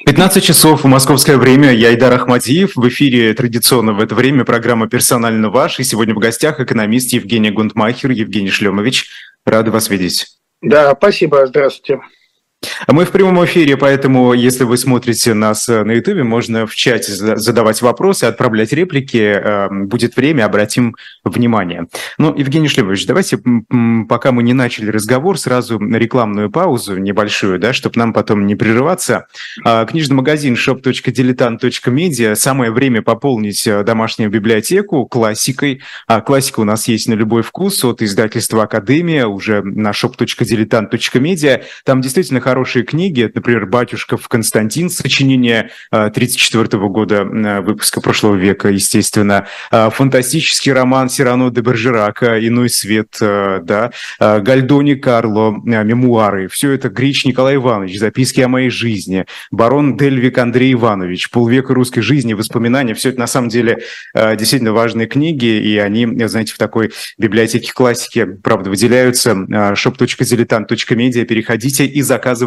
15 часов в московское время. Я Айдар Ахмадиев. В эфире традиционно в это время программа «Персонально ваш». И сегодня в гостях экономист Евгений Гунтмахер, Евгений Шлемович. Рады вас видеть. Да, спасибо. Здравствуйте. Мы в прямом эфире, поэтому, если вы смотрите нас на Ютубе, можно в чате задавать вопросы, отправлять реплики. Будет время, обратим внимание. Ну, Евгений Шлемович, давайте, пока мы не начали разговор, сразу на рекламную паузу небольшую, да, чтобы нам потом не прерываться. Книжный магазин shop.diletant.media. Самое время пополнить домашнюю библиотеку классикой. Классика у нас есть на любой вкус, от издательства «Академия», уже на shop.diletant.media. Там действительно хорошие книги, это, например, «Батюшков Константин», сочинение 1934 года выпуска прошлого века, естественно, фантастический роман Сирано де Бержерака «Иной свет», да, Гальдони Карло, мемуары, все это Грич Николай Иванович, записки о моей жизни, барон Дельвик Андрей Иванович, полвека русской жизни, воспоминания, все это на самом деле действительно важные книги, и они, знаете, в такой библиотеке классики, правда, выделяются. shop.diletant.media, переходите и заказывайте,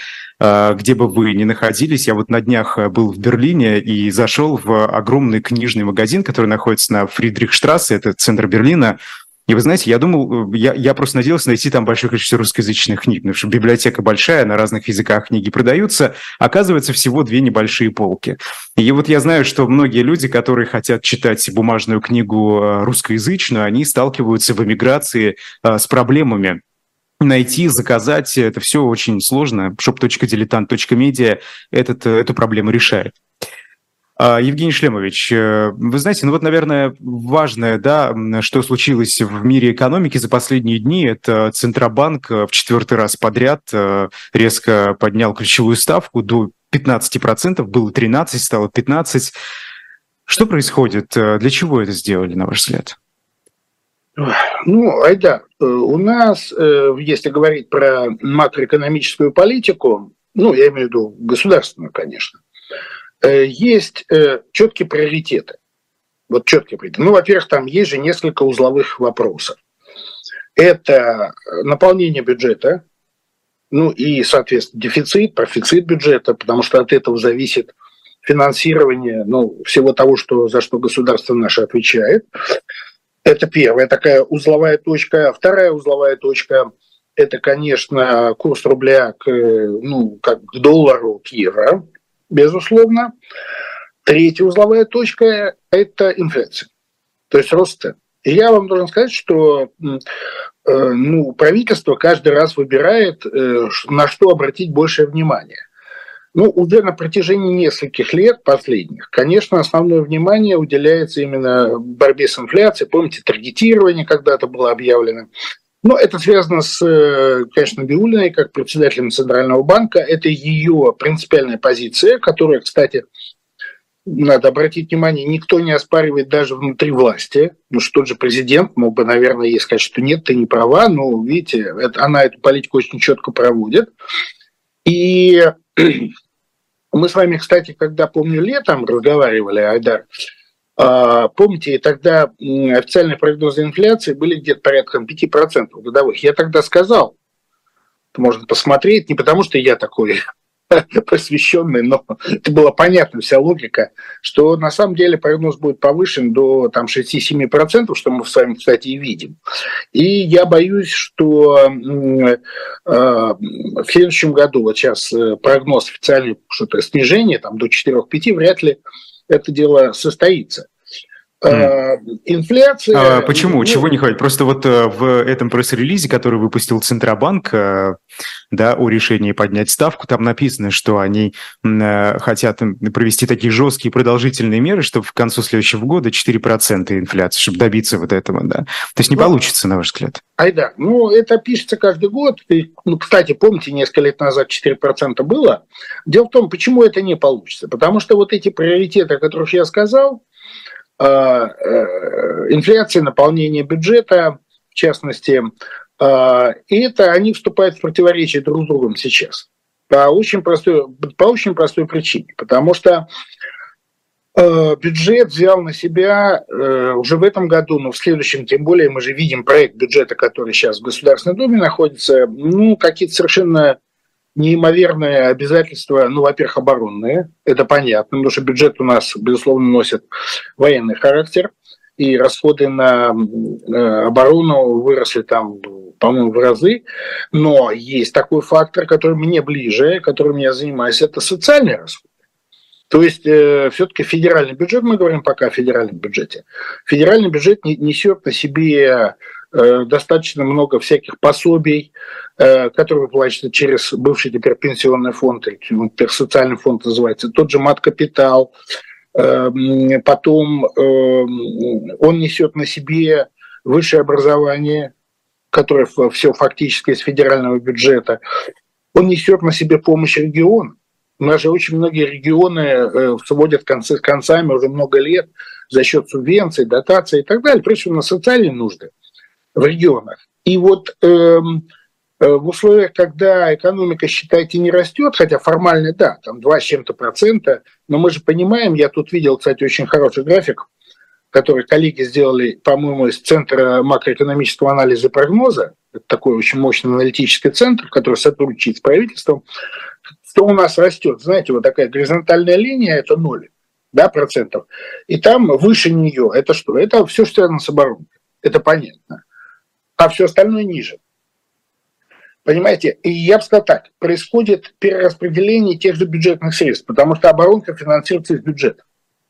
где бы вы ни находились. Я вот на днях был в Берлине и зашел в огромный книжный магазин, который находится на Фридрихштрассе, это центр Берлина. И вы знаете, я думал, я просто надеялся найти там большое количество русскоязычных книг, потому что библиотека большая, на разных языках книги продаются. Оказывается, всего 2 небольшие полки. И вот я знаю, что многие люди, которые хотят читать бумажную книгу русскоязычную, они сталкиваются в эмиграции с проблемами. Найти, заказать, это все очень сложно. shop.diletant.media эту проблему решает. Евгений Шлемович, вы знаете, ну вот, наверное, важное, да, что случилось в мире экономики за последние дни, это Центробанк в 4-й раз подряд резко поднял ключевую ставку до 15%, было 13%, стало 15%. Что происходит? Для чего это сделали, на ваш взгляд? Ну, Айдар, у нас, если говорить про макроэкономическую политику, ну, я имею в виду государственную, конечно, есть четкие приоритеты. Вот четкие приоритеты. Ну, во-первых, там есть же несколько узловых вопросов. Это наполнение бюджета, ну и, соответственно, дефицит, профицит бюджета, потому что от этого зависит финансирование, ну, всего того, за что государство наше отвечает. Это первая такая узловая точка. Вторая узловая точка – это, конечно, курс рубля к доллару, к евро, безусловно. Третья узловая точка – это инфляция, то есть рост цен. И я вам должен сказать, что правительство каждый раз выбирает, на что обратить большее внимание. Ну, уже на протяжении нескольких лет последних, конечно, основное внимание уделяется именно борьбе с инфляцией. Помните, таргетирование когда-то было объявлено. Но это связано с, конечно, Набиуллиной, как председателем Центрального банка. Это ее принципиальная позиция, которая, кстати, надо обратить внимание, никто не оспаривает даже внутри власти. Ну, что тот же президент мог бы, наверное, ей сказать, что нет, ты не права. Но, видите, она эту политику очень четко проводит. И мы с вами, кстати, когда, помню, летом разговаривали, Айдар, помните, тогда официальные прогнозы инфляции были где-то порядка 5% годовых. Я тогда сказал, можно посмотреть, не потому что я такой просвещенный, но это была понятна вся логика, что на самом деле прогноз будет повышен до 6-7%, что мы с вами, кстати, и видим. И я боюсь, что в следующем году, вот сейчас прогноз официальный, что-то снижение до 4-5, вряд ли это дело состоится. Инфляция... Почему? Чего не хватит? Просто вот в этом пресс-релизе, который выпустил Центробанк, да, о решении поднять ставку, там написано, что они хотят провести такие жесткие продолжительные меры, чтобы к концу следующего года 4% инфляции, чтобы добиться вот этого, да. То есть не получится, на ваш взгляд? Айда, это пишется каждый год. Кстати, помните, несколько лет назад 4% было. Дело в том, почему это не получится. Потому что вот эти приоритеты, о которых я сказал, инфляция, наполнение бюджета, в частности, и это они вступают в противоречие друг с другом сейчас. По очень простой причине. Потому что бюджет взял на себя уже в этом году, но в следующем, тем более, мы же видим проект бюджета, который сейчас в Государственной Думе находится, какие-то совершенно неимоверное обязательство, ну, во-первых, оборонное, это понятно, потому что бюджет у нас, безусловно, носит военный характер, и расходы на оборону выросли там, по-моему, в разы, но есть такой фактор, который мне ближе, которым я занимаюсь, это социальные расходы. То есть все-таки федеральный бюджет, мы говорим пока о федеральном бюджете, федеральный бюджет несет на себе достаточно много всяких пособий, которые выплачиваются через бывший теперь пенсионный фонд, или теперь социальный фонд называется, тот же Маткапитал. Потом он несет на себе высшее образование, которое все фактически из федерального бюджета. Он несет на себе помощь регионам. У нас же очень многие регионы сводят концы с концами уже много лет за счет субвенций, дотаций и так далее, прежде всего на социальные нужды в регионах. И вот в условиях, когда экономика, считайте, не растет, хотя формально, да, там 2 с чем-то процента, но мы же понимаем, я тут видел, кстати, очень хороший график, который коллеги сделали, по-моему, из Центра макроэкономического анализа и прогноза, это такой очень мощный аналитический центр, который сотрудничает с правительством, что у нас растет, знаете, вот такая горизонтальная линия, это 0, да, процентов, и там выше нее, это что? Это все, что связано с оборонкой, это понятно, а все остальное ниже. Понимаете, и я бы сказал так, происходит перераспределение тех же бюджетных средств, потому что оборонка финансируется из бюджета.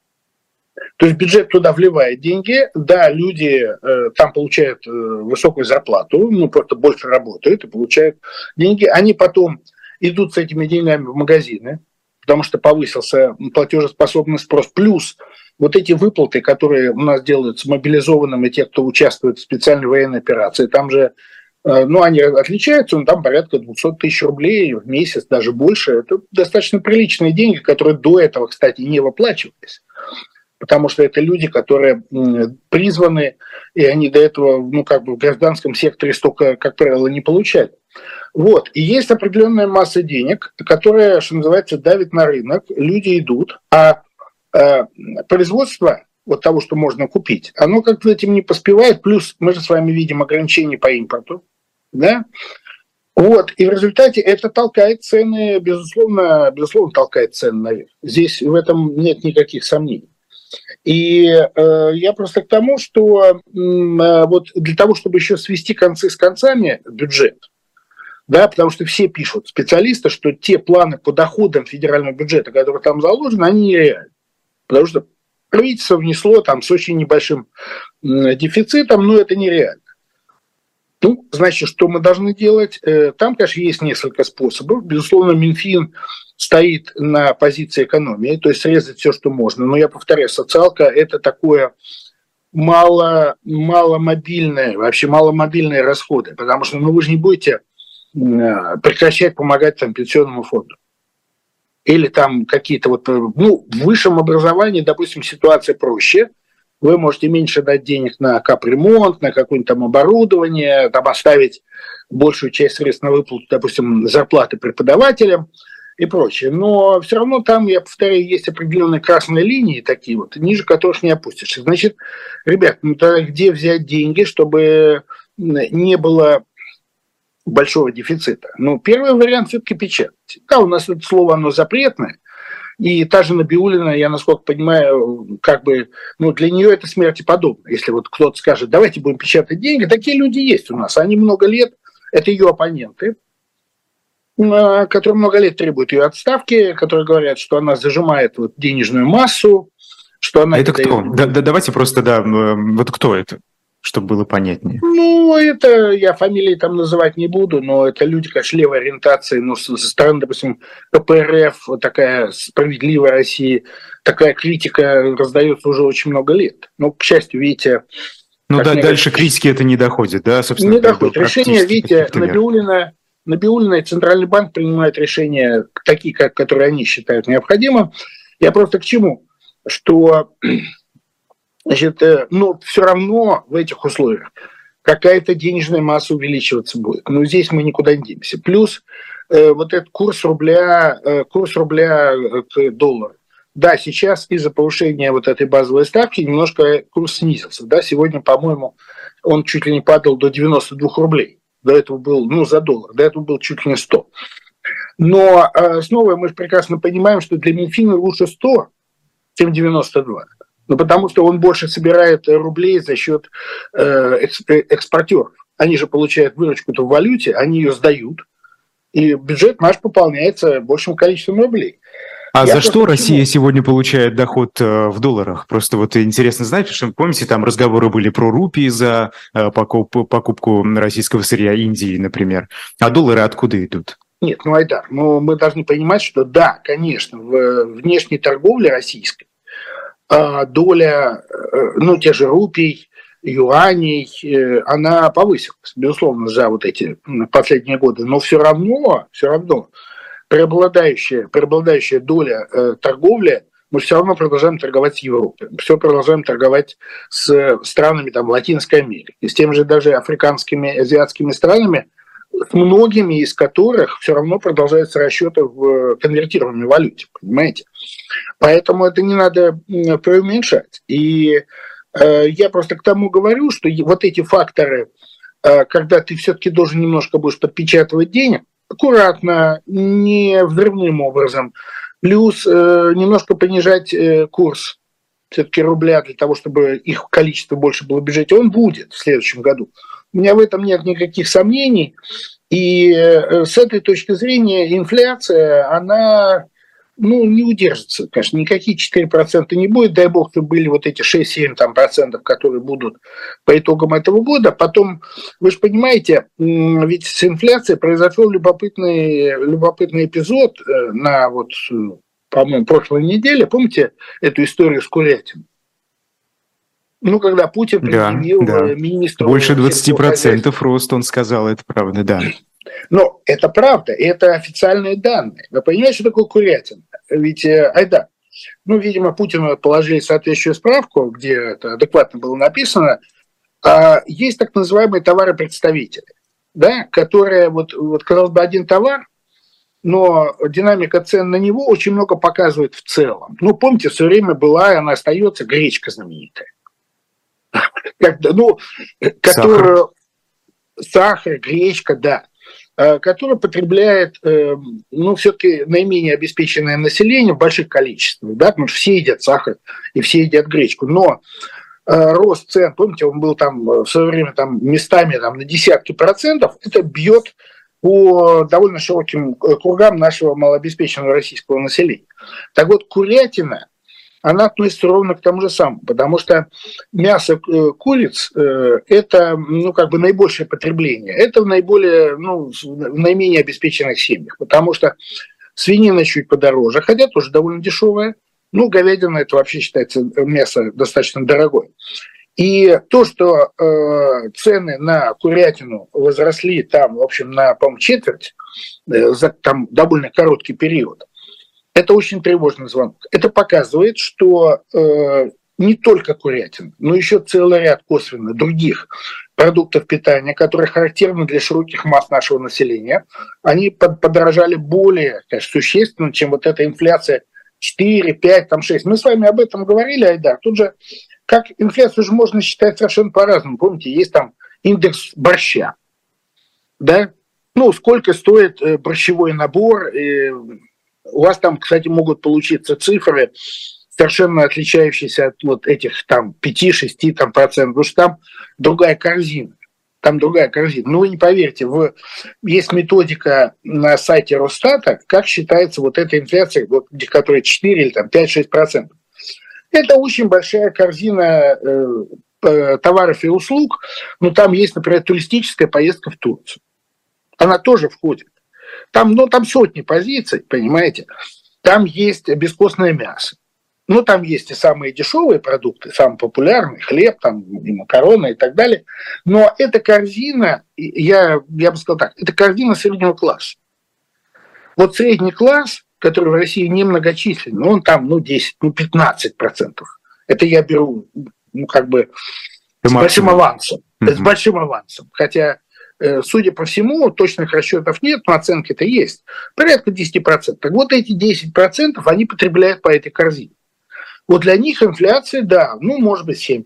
То есть бюджет туда вливает деньги, да, люди там получают высокую зарплату, ну просто больше работают и получают деньги, они потом идут с этими деньгами в магазины, потому что повысился платежеспособный спрос, плюс вот эти выплаты, которые у нас делаются мобилизованным и те, кто участвует в специальной военной операции, там же ну, они отличаются, но там порядка 200 тысяч рублей в месяц, даже больше. Это достаточно приличные деньги, которые до этого, кстати, не выплачивались. Потому что это люди, которые призваны, и они до этого, ну, как бы в гражданском секторе столько, как правило, не получали. Вот. И есть определенная масса денег, которая, что называется, давит на рынок, люди идут, а производство вот того, что можно купить, оно как-то этим не поспевает, плюс мы же с вами видим ограничения по импорту, да, вот, и в результате это толкает цены, безусловно толкает цены наверх. Здесь в этом нет никаких сомнений. И я просто к тому, что вот для того, чтобы еще свести концы с концами бюджет, да, потому что все пишут, специалисты, что те планы по доходам федерального бюджета, которые там заложены, они нереальны, потому что правительство внесло там с очень небольшим дефицитом, но это нереально. Ну, значит, что мы должны делать? Там, конечно, есть несколько способов. Безусловно, Минфин стоит на позиции экономии, то есть срезать все, что можно. Но я повторяю, социалка – это такое маломобильные расходы, потому что ну, вы же не будете прекращать помогать там, пенсионному фонду. Или там какие-то вот, ну, в высшем образовании, допустим, ситуация проще. Вы можете меньше дать денег на капремонт, на какое-нибудь там оборудование, там оставить большую часть средств на выплату, допустим, зарплаты преподавателям и прочее. Но все равно там, я повторяю, есть определенные красные линии такие вот, ниже которых не опустишься. Значит, ребят, ну тогда где взять деньги, чтобы не было большого дефицита? Ну, первый вариант все-таки печатать. Да, у нас это слово, оно запретное. И та же Набиуллина, я, насколько понимаю, как бы, ну, для нее это смерти подобно. Если вот кто-то скажет, давайте будем печатать деньги, такие люди есть у нас. Они много лет, это ее оппоненты, которые много лет требуют ее отставки, которые говорят, что она зажимает вот денежную массу, что она... Это кто? Давайте просто, да, вот кто это? Чтобы было понятнее. Ну, это я фамилии там называть не буду, но это люди, конечно, левой ориентации, ну, со стороны, допустим, КПРФ, вот такая «Справедливая Россия», такая критика раздается уже очень много лет. Но, к счастью, видите... Ну, да, дальше критики это не доходит, да, собственно. Не доходит. Решение, видите, Набиуллина и Центральный банк принимают решения такие, которые они считают необходимым. Я просто к чему? Что... Значит, но все равно в этих условиях какая-то денежная масса увеличиваться будет. Но здесь мы никуда не денемся. Плюс вот этот курс рубля к доллару. Да, сейчас из-за повышения вот этой базовой ставки немножко курс снизился. Да, сегодня, по-моему, он чуть ли не падал до 92 рублей. До этого был, ну, за доллар. До этого был чуть ли не 100. Но снова мы же прекрасно понимаем, что для Минфина лучше 100, чем 92. Ну, потому что он больше собирает рублей за счет экспортеров. Они же получают выручку-то в валюте, они ее сдают, и бюджет наш пополняется большим количеством рублей. А за что Россия сегодня получает доход в долларах? Просто вот интересно знать, потому что, помните, там разговоры были про рупии за покупку российского сырья Индии, например. А доллары откуда идут? Нет, Айдар, мы должны понимать, что да, конечно, в внешней торговле российской доля, тех же рупий, юаней, она повысилась, безусловно, за вот эти последние годы. Но все равно преобладающая доля торговли, мы все равно продолжаем торговать с Европой, все продолжаем торговать с странами там, Латинской Америки, с теми же даже африканскими, азиатскими странами, с многими из которых все равно продолжаются расчеты в конвертируемой валюте, понимаете? Поэтому это не надо преуменьшать. И я просто к тому говорю, что вот эти факторы, когда ты все-таки должен немножко будешь подпечатывать денег, аккуратно, не взрывным образом, плюс немножко понижать курс все-таки рубля для того, чтобы их количество больше было бежать, он будет в следующем году. У меня в этом нет никаких сомнений. И с этой точки зрения инфляция, она не удержится, конечно, никакие 4% не будет. Дай бог, чтобы были вот эти 6-7%, которые будут по итогам этого года. Потом, вы же понимаете, ведь с инфляцией произошел любопытный эпизод на по-моему, прошлой неделе. Помните эту историю с курятиной? Когда Путин предъявил министру... Больше 20% рост, он сказал, это правда, да. Но это правда, это официальные данные. Вы понимаете, что такое курятина? Ведь, видимо, Путину положили соответствующую справку, где это адекватно было написано. Есть так называемые товары-представители, да, которые, казалось бы, один товар, но динамика цен на него очень много показывает в целом. Помните, все время была, она остается, гречка знаменитая. Которую... Сахар, гречка, да. Которую потребляет, все-таки наименее обеспеченное население в больших количествах, да, потому что все едят сахар и все едят гречку. Но рост цен, помните, он был там в свое время местами на десятки процентов, это бьет по довольно широким кругам нашего малообеспеченного российского населения. Так вот, курятина, она относится ровно к тому же самому, потому что мясо куриц – это, наибольшее потребление. Это в наименее обеспеченных семьях, потому что свинина чуть подороже, хотя тоже довольно дешевая. Говядина – это вообще считается мясо достаточно дорогое. И то, что цены на курятину возросли на, по-моему, четверть за довольно короткий период, это очень тревожный звонок. Это показывает, что не только курятина, но еще целый ряд косвенно других продуктов питания, которые характерны для широких масс нашего населения, они подорожали более, конечно, существенно, чем вот эта инфляция 4, 5, 6. Мы с вами об этом говорили, Айдар. Тут же, как инфляцию же можно считать совершенно по-разному. Помните, есть индекс борща. Да? Сколько стоит борщевой набор. У вас кстати, могут получиться цифры, совершенно отличающиеся от этих 5-6%, потому что там другая корзина. Вы не поверьте, есть методика на сайте Росстата, как считается эта инфляция, которая 4 или 5-6%. Это очень большая корзина товаров и услуг, но там есть, например, туристическая поездка в Турцию. Она тоже входит. Там сотни позиций, понимаете. Там есть бескостное мясо. Там есть и самые дешевые продукты, самые популярные, хлеб, и макароны и так далее. Но эта корзина, я бы сказал так, это корзина среднего класса. Средний класс, который в России немногочисленный, он 10, 15%. Это я беру, с большим авансом. С большим авансом. Хотя, судя по всему, точных расчетов нет, но оценки-то есть. Порядка 10%. Так вот эти 10% они потребляют по этой корзине. Для них инфляция, да, может быть 7%.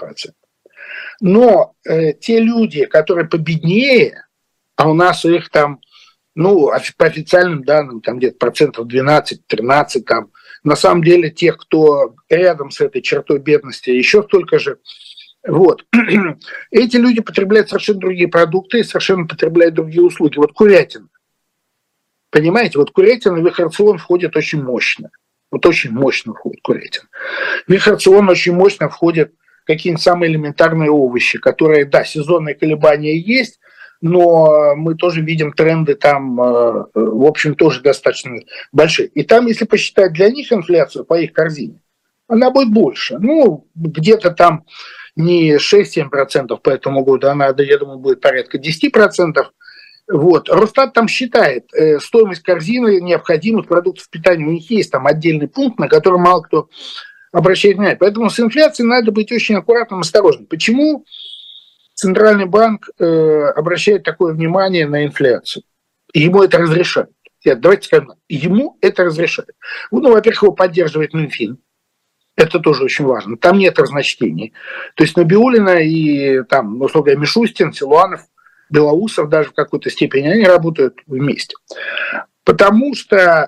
Но те люди, которые победнее, а у нас их Ну, по официальным данным, там где-то процентов 12-13, там. На самом деле, тех, кто рядом с этой чертой бедности, еще столько же. Вот. Эти люди потребляют совершенно другие продукты и совершенно потребляют другие услуги. Вот курятина. Понимаете, вот курятина в их рацион входит очень мощно. Вот очень мощно входит курятина. В их рацион очень мощно входят какие-нибудь самые элементарные овощи, которые, да, сезонные колебания есть, но мы тоже видим тренды там, в общем, тоже достаточно большие. И там, если посчитать для них инфляцию по их корзине, она будет больше. Ну, где-то там не 6-7% по этому году, она, я думаю, будет порядка 10%. Вот. Росстат там считает стоимость корзины необходимых продуктов питания. У них есть там отдельный пункт, на который мало кто обращает внимание. Поэтому с инфляцией надо быть очень аккуратным и осторожным. Почему Центральный банк обращает такое внимание на инфляцию? И ему это разрешают. Давайте скажем, ему это разрешают. Ну, во-первых, его поддерживает Минфин. Это тоже очень важно. Там нет разночтений. То есть Набиуллина и там, условно говоря, Мишустин, Силуанов, Белоусов даже в какой-то степени, они работают вместе. Потому что,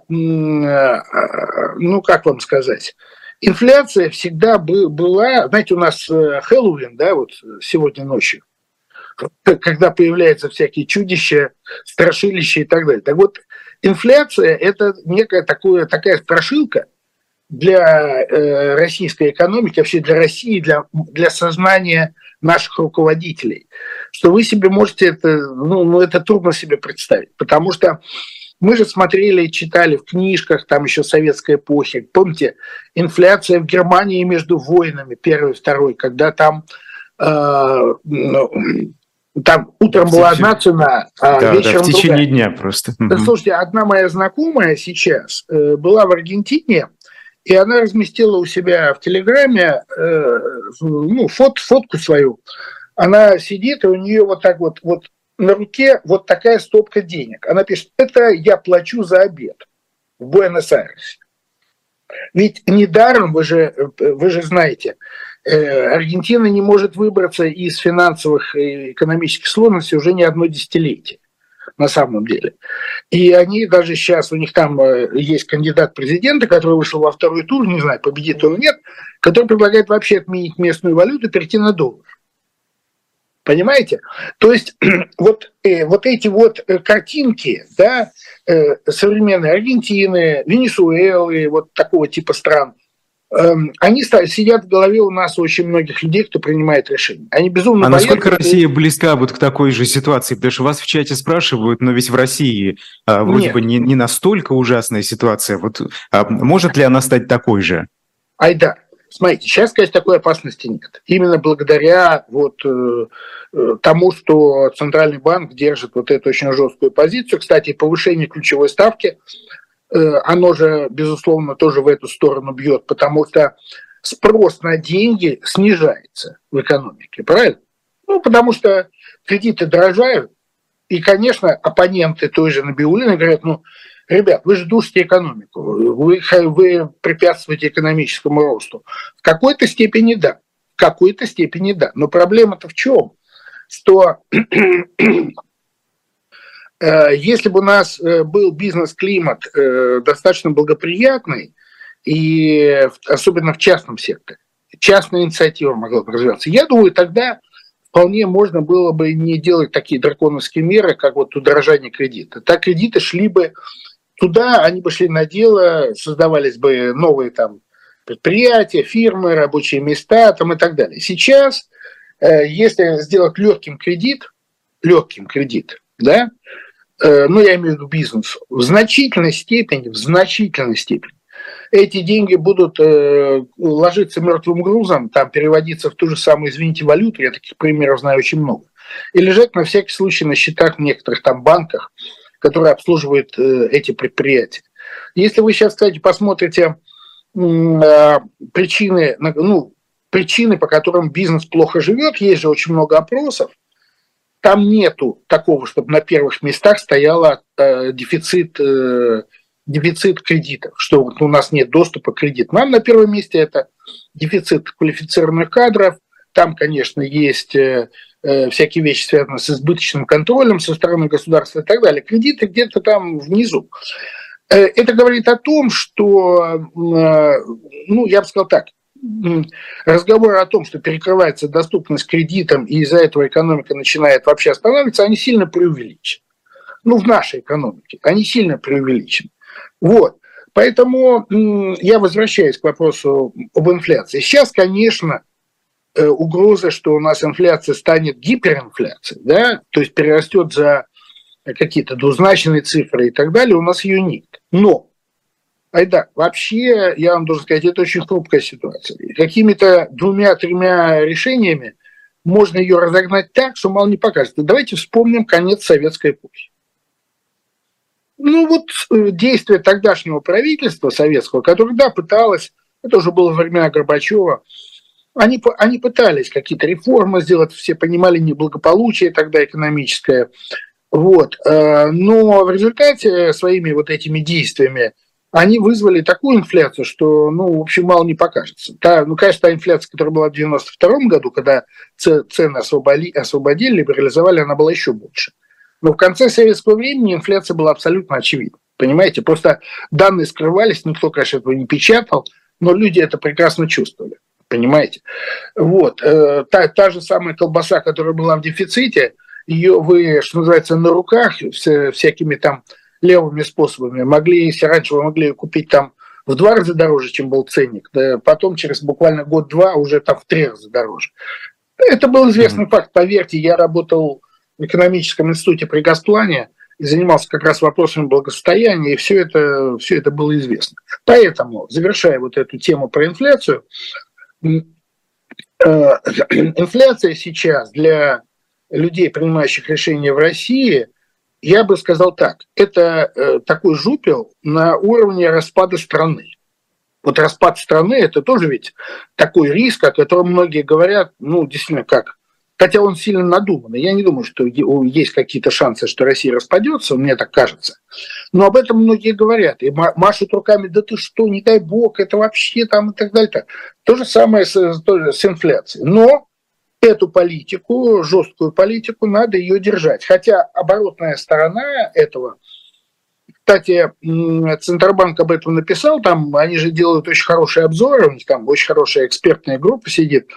ну, как вам сказать, инфляция всегда была, знаете, у нас Хэллоуин, да, вот сегодня ночью, когда появляются всякие чудища, страшилища и так далее. Так вот, инфляция – это некая такая страшилка для российской экономики, вообще для России, для сознания наших руководителей, что вы себе можете это, ну, это трудно себе представить, потому что мы же смотрели и читали в книжках, там еще советской эпохи, помните, инфляция в Германии между войнами, первой и второй, когда там, там утром была одна цена, а да, вечером в течение другая. дня просто. Да, слушайте, одна моя знакомая сейчас была в Аргентине, и она разместила у себя в Телеграме ну, фотку свою. Она сидит, и у нее вот так вот на руке вот такая стопка денег. Она пишет, это я плачу за обед в Буэнос-Айресе. Ведь недаром, вы же знаете, Аргентина не может выбраться из финансовых и экономических сложностей уже не одно десятилетие. На самом деле. И они даже сейчас, у них там есть кандидат президента, который вышел во второй тур, не знаю, победит он или нет, который предлагает вообще отменить местную валюту и перейти на доллар. Понимаете? То есть вот эти вот картинки, да, современной Аргентины, Венесуэлы, вот такого типа стран, они сидят в голове у нас очень многих людей, кто принимает решения. Они безумно боятся. Насколько Россия близка вот к такой же ситуации? Потому что вас в чате спрашивают, но ведь в России вроде бы не настолько ужасная ситуация. Вот, может ли она стать такой же? Да. Смотрите, сейчас, конечно, такой опасности нет. Именно благодаря вот тому, что Центральный банк держит вот эту очень жесткую позицию. Кстати, повышение ключевой ставки, оно же, безусловно, тоже в эту сторону бьет, потому что спрос на деньги снижается в экономике, правильно? Ну, потому что кредиты дорожают, и, конечно, оппоненты той же Набиуллиной говорят, ну, ребят, вы же душите экономику, вы препятствуете экономическому росту. В какой-то степени да, но проблема-то в чем? Что если бы у нас был бизнес-климат достаточно благоприятный, и особенно в частном секторе, частная инициатива могла бы развиваться, я думаю, тогда вполне можно было бы не делать такие драконовские меры, как вот удорожание кредита. Так кредиты шли бы туда, они бы шли на дело, создавались бы новые там предприятия, фирмы, рабочие места там, и так далее. Сейчас, если сделать легким кредит, да, ну, я имею в виду бизнес, в значительной степени, эти деньги будут ложиться мертвым грузом, там переводиться в ту же самую, извините, валюту, я таких примеров знаю очень много, и лежать на всякий случай на счетах в некоторых там банках, которые обслуживают эти предприятия. Если вы сейчас, кстати, посмотрите причины, по которым бизнес плохо живет, есть же очень много опросов, там нету такого, чтобы на первых местах стоял дефицит кредитов, что вот у нас нет доступа к кредиту. Нам на первом месте это дефицит квалифицированных кадров, там, конечно, есть всякие вещи, связанные с избыточным контролем со стороны государства и так далее. Кредиты где-то там внизу. Это говорит о том, что, ну, я бы сказал так, разговоры о том, что перекрывается доступность к кредитам, и из-за этого экономика начинает вообще останавливаться, они сильно преувеличены. Ну, в нашей экономике. Они сильно преувеличены. Вот. Поэтому я возвращаюсь к вопросу об инфляции. Сейчас, конечно, угроза, что у нас инфляция станет гиперинфляцией, да, то есть перерастет за какие-то двузначные цифры и так далее, у нас ее нет. Но, Айдар, вообще, я вам должен сказать, это очень хрупкая ситуация. Какими-то 2-3 решениями можно ее разогнать так, что мало не покажется. Давайте вспомним конец советской эпохи. Ну вот действия тогдашнего правительства советского, которое, да, пыталось, это уже было во времена Горбачева, они пытались какие-то реформы сделать, все понимали неблагополучие тогда экономическое, вот. Но в результате своими вот этими действиями они вызвали такую инфляцию, что, ну, в общем, мало не покажется. Ну, конечно, та инфляция, которая была в 1992 году, когда цены освободили, либерализовали, она была еще больше. Но в конце советского времени инфляция была абсолютно очевидна. Понимаете? Просто данные скрывались, никто, конечно, этого не печатал, но люди это прекрасно чувствовали. Понимаете? Вот. Та же самая колбаса, которая была в дефиците, ее вы, что называется, на руках всякими там левыми способами могли, если раньше вы могли ее купить там в 2 раза дороже, чем был ценник, да, потом через буквально год-два уже там в 3 раза дороже. Это был известный факт, поверьте, я работал в экономическом институте при Госплане и занимался как раз вопросами благосостояния, и все это было известно. Поэтому, завершая вот эту тему про инфляцию, инфляция сейчас для людей, принимающих решения в России, я бы сказал так, это такой жупел на уровне распада страны. Вот распад страны – это тоже ведь такой риск, о котором многие говорят, ну, действительно, как. Хотя он сильно надуманный. Я не думаю, что есть какие-то шансы, что Россия распадется, мне так кажется. Но об этом многие говорят. И машут руками, да ты что, не дай бог, это вообще там и так далее. То же самое с инфляцией. Но эту политику, жесткую политику, надо ее держать. Хотя оборотная сторона этого, кстати, Центробанк об этом написал, там они же делают очень хорошие обзоры, у них там очень хорошая экспертная группа сидит,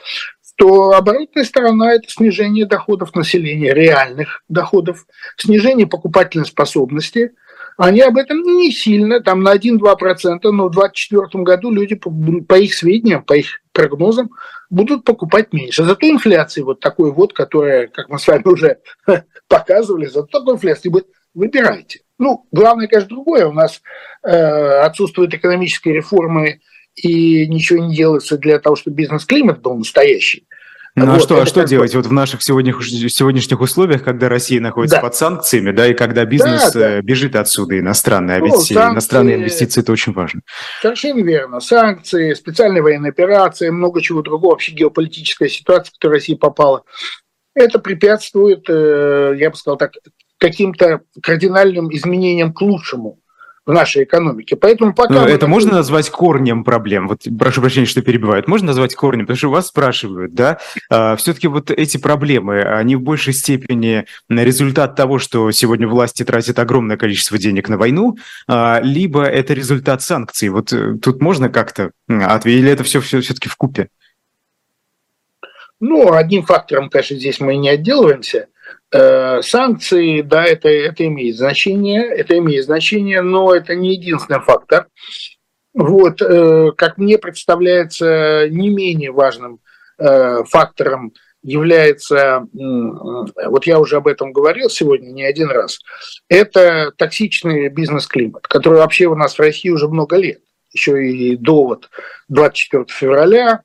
то оборотная сторона – это снижение доходов населения, реальных доходов, снижение покупательной способности. Они об этом не сильно, там на 1-2%, но в 2024 году люди, по их сведениям, по их прогнозам, будут покупать меньше. Зато инфляция вот такой вот, которая, как мы с вами уже показывали, зато такой инфляции будет, выбирайте. Ну, главное, конечно, другое. У нас отсутствуют экономические реформы, и ничего не делается для того, чтобы бизнес-климат был настоящий. Ну вот, а что делать вот в наших сегодняшних условиях, когда Россия находится под санкциями, да, и когда бизнес бежит отсюда иностранный, а ведь санкции, иностранные инвестиции – это очень важно. Совершенно верно. Санкции, специальные военные операции, много чего другого, вообще геополитическая ситуация, в которую Россия попала, это препятствует, я бы сказал так, каким-то кардинальным изменениям к лучшему в нашей экономике. Поэтому пока это можно назвать корнем проблем? Вот, прошу прощения, что перебивают. Можно назвать корнем? Потому что вас спрашивают, да? Все-таки вот эти проблемы, они в большей степени результат того, что сегодня власти тратят огромное количество денег на войну, либо это результат санкций. Вот тут можно как-то ответить, или это все-таки вкупе? Ну, одним фактором, конечно, здесь мы не отделываемся. Санкции, да, это имеет значение, но это не единственный фактор. Вот, как мне представляется, не менее важным фактором является, вот я уже об этом говорил сегодня не один раз, это токсичный бизнес-климат, который вообще у нас в России уже много лет, еще и до вот 24 февраля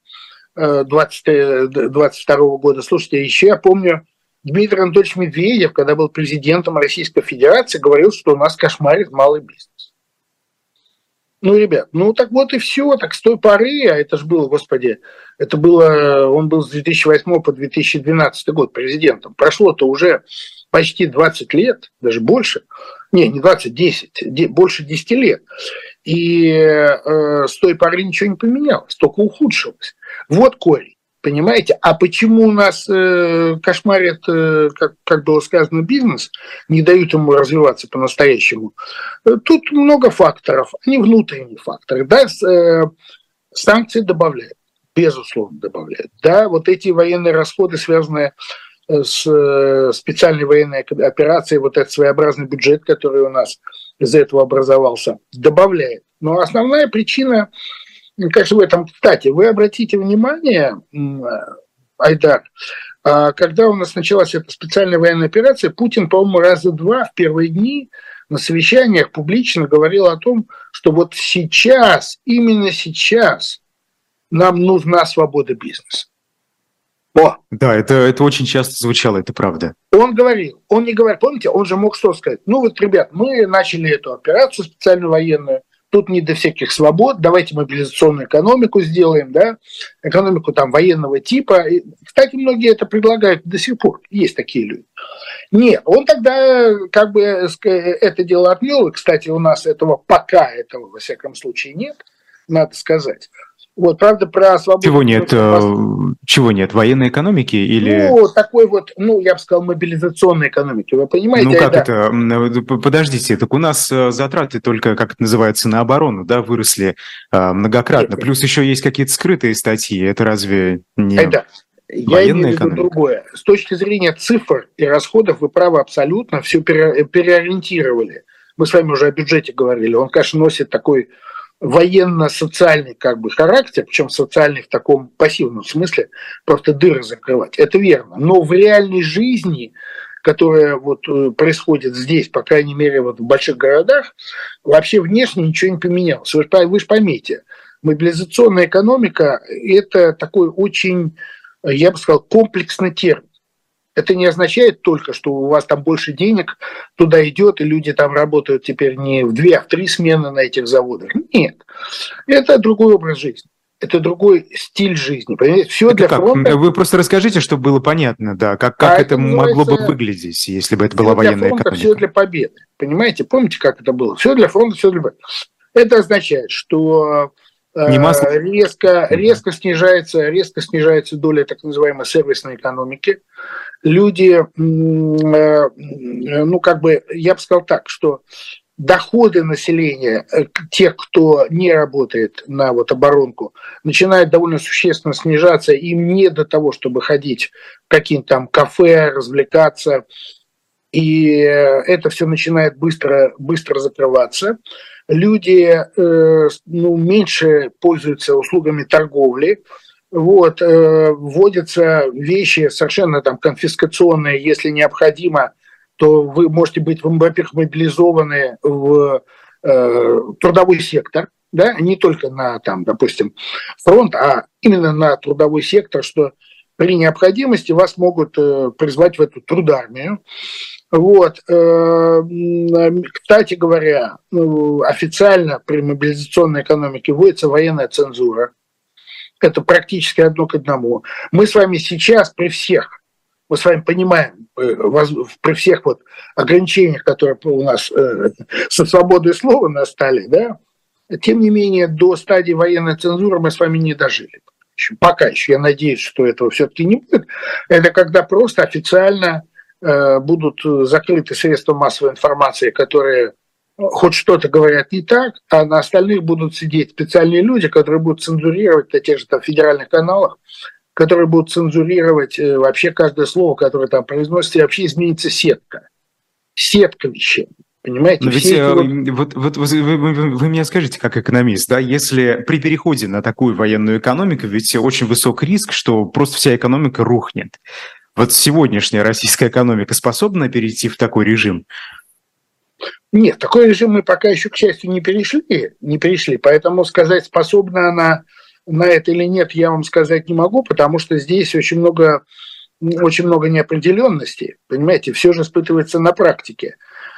2022 года. Слушайте, еще я помню, Дмитрий Анатольевич Медведев, когда был президентом Российской Федерации, говорил, что у нас кошмарит малый бизнес. Ну, ребят, ну так вот и все. Так с той поры, а это же было, господи, это было, он был с 2008 по 2012 год президентом. Прошло-то уже почти 20 лет, даже больше. Не 20, 10, больше 10 лет. И с той поры ничего не поменялось, только ухудшилось. Вот корень. Понимаете? А почему у нас кошмарит, как было сказано, бизнес, не дают ему развиваться по-настоящему? Тут много факторов, они внутренние факторы. Да, санкции добавляют, безусловно добавляют. Да, вот эти военные расходы, связанные с специальной военной операцией, вот этот своеобразный бюджет, который у нас из-за этого образовался, добавляет. Но основная причина, конечно, в этом. Кстати, вы обратите внимание, Айдар, когда у нас началась эта специальная военная операция, Путин, по-моему, раза два в первые дни на совещаниях публично говорил о том, что вот сейчас, именно сейчас нам нужна свобода бизнеса. О. Да, это очень часто звучало, это правда. Он говорил, он не говорит, помните, он же мог что сказать? Ну вот, ребят, мы начали эту операцию специальную военную, тут не до всяких свобод, давайте мобилизационную экономику сделаем, да, экономику там военного типа. И, кстати, многие это предлагают до сих пор, есть такие люди. Нет, он тогда как бы это дело отмел, и, кстати, у нас пока этого, во всяком случае, нет, надо сказать. Вот, правда, про свободу... Чего нет? Военной экономики или... Ну, такой вот, я бы сказал, мобилизационной экономики, вы понимаете? Ну, как это? Подождите, так у нас затраты только, как это называется, на оборону, да, выросли многократно. Плюс еще есть какие-то скрытые статьи. Это разве не я имею в виду другое. С точки зрения цифр и расходов вы правы абсолютно, все переориентировали. Мы с вами уже о бюджете говорили. Он, конечно, носит такой военно-социальный характер, причем социальный в таком пассивном смысле, просто дыры закрывать. Это верно. Но в реальной жизни, которая происходит здесь, по крайней мере, в больших городах, вообще внешне ничего не поменялось. Вы же поймите, мобилизационная экономика – это такой очень, я бы сказал, комплексный термин. Это не означает только, что у вас там больше денег туда идет, и люди там работают теперь не в 2, а в 3 смены на этих заводах. Нет. Это другой образ жизни. Это другой стиль жизни. Понимаете? Все это для фронта. Вы просто расскажите, чтобы было понятно, да, как это могло бы выглядеть, если бы это была военная экономика. Все для победы. Понимаете? Помните, как это было? Все для фронта, все для победы. Это означает, что резко снижается доля так называемой сервисной экономики. Люди, я бы сказал так, что доходы населения, тех, кто не работает на оборонку, начинают довольно существенно снижаться, им не до того, чтобы ходить в какие-то там кафе, развлекаться, и это все начинает быстро закрываться. Люди меньше пользуются услугами торговли, вводятся вещи совершенно конфискационные, если необходимо, то вы можете быть, во-первых, мобилизованы в трудовой сектор, да, не только на, допустим, фронт, а именно на трудовой сектор, что при необходимости вас могут призвать в эту трудармию. Кстати говоря, официально при мобилизационной экономике вводится военная цензура. Это практически одно к одному. Мы с вами сейчас мы с вами понимаем, при всех ограничениях, которые у нас со свободой слова настали, да, тем не менее до стадии военной цензуры мы с вами не дожили. Пока еще, я надеюсь, что этого все-таки не будет. Это когда просто официально будут закрыты средства массовой информации, которые хоть что-то говорят не так, а на остальных будут сидеть специальные люди, которые будут цензурировать на тех же федеральных каналах, которые будут цензурировать вообще каждое слово, которое там произносится, и вообще изменится сетка вещей. Понимаете? Но ведь вы мне скажите, как экономист, да, если при переходе на такую военную экономику, ведь очень высок риск, что просто вся экономика рухнет. Вот сегодняшняя российская экономика способна перейти в такой режим? Нет, такой режим мы пока еще, к счастью, не перешли, поэтому сказать, способна она на это или нет, я вам сказать не могу, потому что здесь очень много неопределенностей, понимаете, все же испытывается на практике.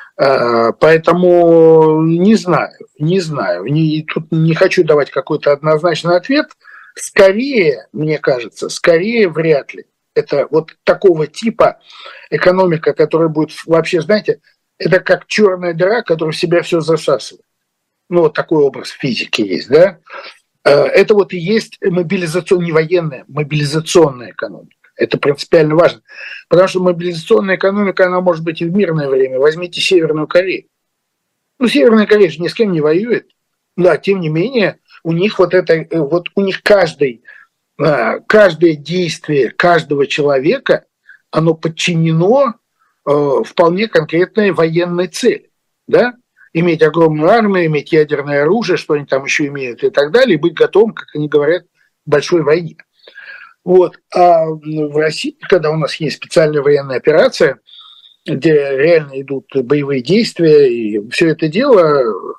Поэтому не знаю. Тут не хочу давать какой-то однозначный ответ. Скорее, мне кажется, вряд ли. Это такого типа экономика, которая будет вообще, знаете, это как черная дыра, которая в себя все засасывает. Такой образ физики есть, да? Это вот и есть не военная, мобилизационная экономика. Это принципиально важно. Потому что мобилизационная экономика, она может быть и в мирное время. Возьмите Северную Корею. Ну, Северная Корея же ни с кем не воюет. Да, тем не менее, у них у них каждое действие каждого человека, оно подчинено вполне конкретной военной цели. Да? Иметь огромную армию, иметь ядерное оружие, что они там еще имеют и так далее, и быть готовым, как они говорят, к большой войне. Вот. А в России, когда у нас есть специальная военная операция, где реально идут боевые действия, и все это дело,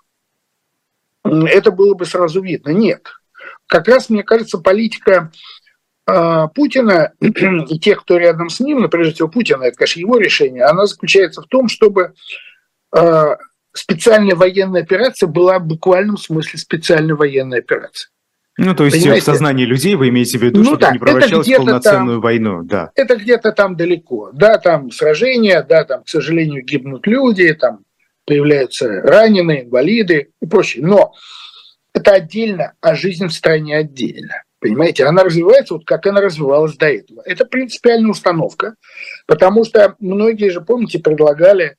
это было бы сразу видно. Нет. Как раз, мне кажется, политика Путина и тех, кто рядом с ним, но прежде всего Путина, это, конечно, его решение, она заключается в том, чтобы специальная военная операция была в буквальном смысле специальной военной операцией. Ну, то есть в сознании людей вы имеете в виду, что это не превращалось в полноценную войну, да. Это где-то там далеко, да, там сражения, да, там, к сожалению, гибнут люди, там появляются раненые, инвалиды и прочее. Но это отдельно, а жизнь в стране отдельно. Понимаете, она развивается вот как она развивалась до этого. Это принципиальная установка, потому что многие же, помните, предлагали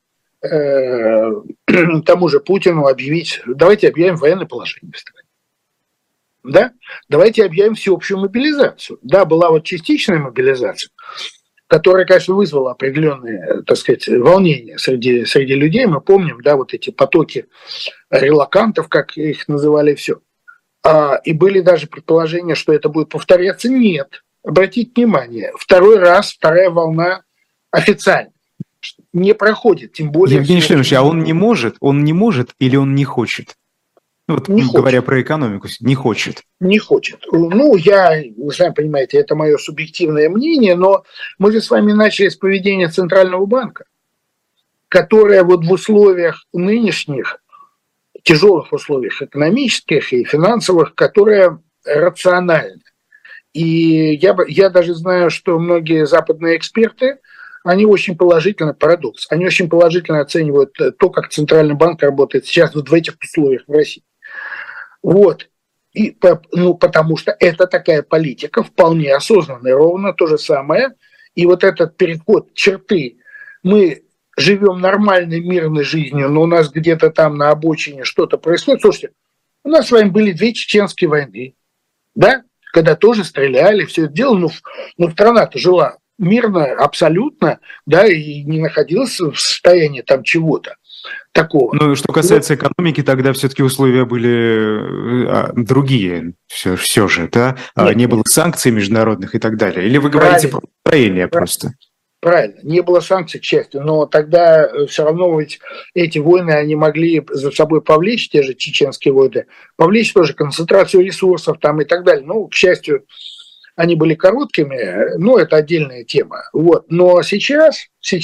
тому же Путину объявить, давайте объявим военное положение в стране. Да? Давайте объявим всеобщую мобилизацию. Да, была вот частичная мобилизация, которая, конечно, вызвала определенные, так сказать, волнения среди людей. Мы помним, да, вот эти потоки релокантов, как их называли, все. И были даже предположения, что это будет повторяться. Нет. Обратите внимание, вторая волна официально не проходит, тем более... Евгений Шлемович, а он не может или он не хочет? Вот, не говоря про экономику, не хочет. Не хочет. Ну, вы сами понимаете, это мое субъективное мнение, но мы же с вами начали с поведения Центрального банка, которое вот в условиях нынешних, тяжелых условиях экономических и финансовых, которое рационально. И я даже знаю, что многие западные эксперты, они очень положительно, парадокс, они очень положительно оценивают то, как Центральный банк работает сейчас вот в этих условиях в России. Вот. Потому что это такая политика вполне осознанная, ровно то же самое. И вот этот переход черты, мы живем нормальной мирной жизнью, но у нас где-то там на обочине что-то происходит. Слушайте, у нас с вами были 2 чеченские войны, да, когда тоже стреляли, все это дело, но страна-то жила мирно, абсолютно, да, и не находилась в состоянии там чего-то такого. Ну, что касается экономики, тогда все-таки условия были другие, все же, да? Не было санкций международных и так далее. Или вы говорите про настроение просто? Правильно, не было санкций, к счастью, но тогда все равно ведь эти войны, они могли за собой повлечь, те же чеченские войны, повлечь тоже концентрацию ресурсов там и так далее. Ну, к счастью, они были короткими, но это отдельная тема. Вот. Но сейчас,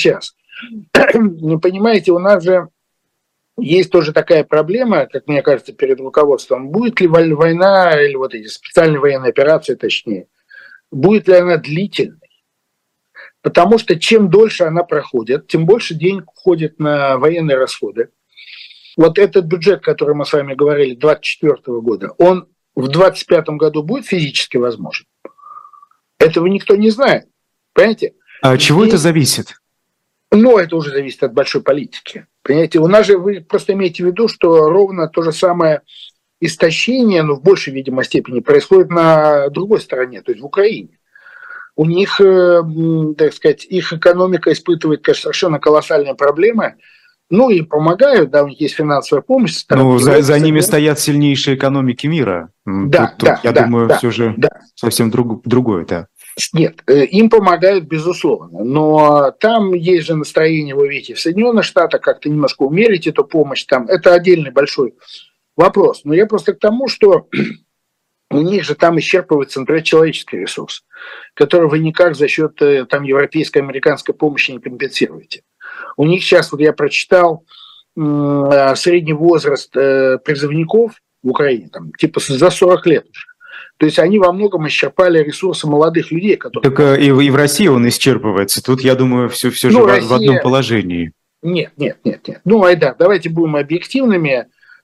понимаете, у нас же есть тоже такая проблема, как мне кажется, перед руководством. Будет ли война, или вот эти специальные военные операции, точнее, будет ли она длительной? Потому что чем дольше она проходит, тем больше денег уходит на военные расходы. Вот этот бюджет, который мы с вами говорили, 2024 года, он в 2025 году будет физически возможен? Этого никто не знает, понимаете? А от чего это зависит? Ну, это уже зависит от большой политики. Понимаете, у нас же, вы просто имеете в виду, что ровно то же самое истощение, но в большей, видимо, степени происходит на другой стороне, то есть в Украине. У них, так сказать, их экономика испытывает, конечно, совершенно колоссальные проблемы. Ну, и помогают, да, у них есть финансовая помощь. Ну, за ними стоят сильнейшие экономики мира. Да, я думаю, все же совсем другое, да. Нет, им помогают, безусловно, но там есть же настроение, вы видите, в Соединенных Штатах как-то немножко умерить эту помощь, там, это отдельный большой вопрос. Но я просто к тому, что у них же там исчерпывается, например, человеческий ресурс, который вы никак за счет там европейской, американской помощи не компенсируете. У них сейчас, вот я прочитал, средний возраст призывников в Украине, там, типа за 40 лет уже. То есть они во многом исчерпали ресурсы молодых людей, которые... Так и в России он исчерпывается. Тут, я думаю, все же Россия... в одном положении. Нет. Ну, Айдар, давайте будем объективными.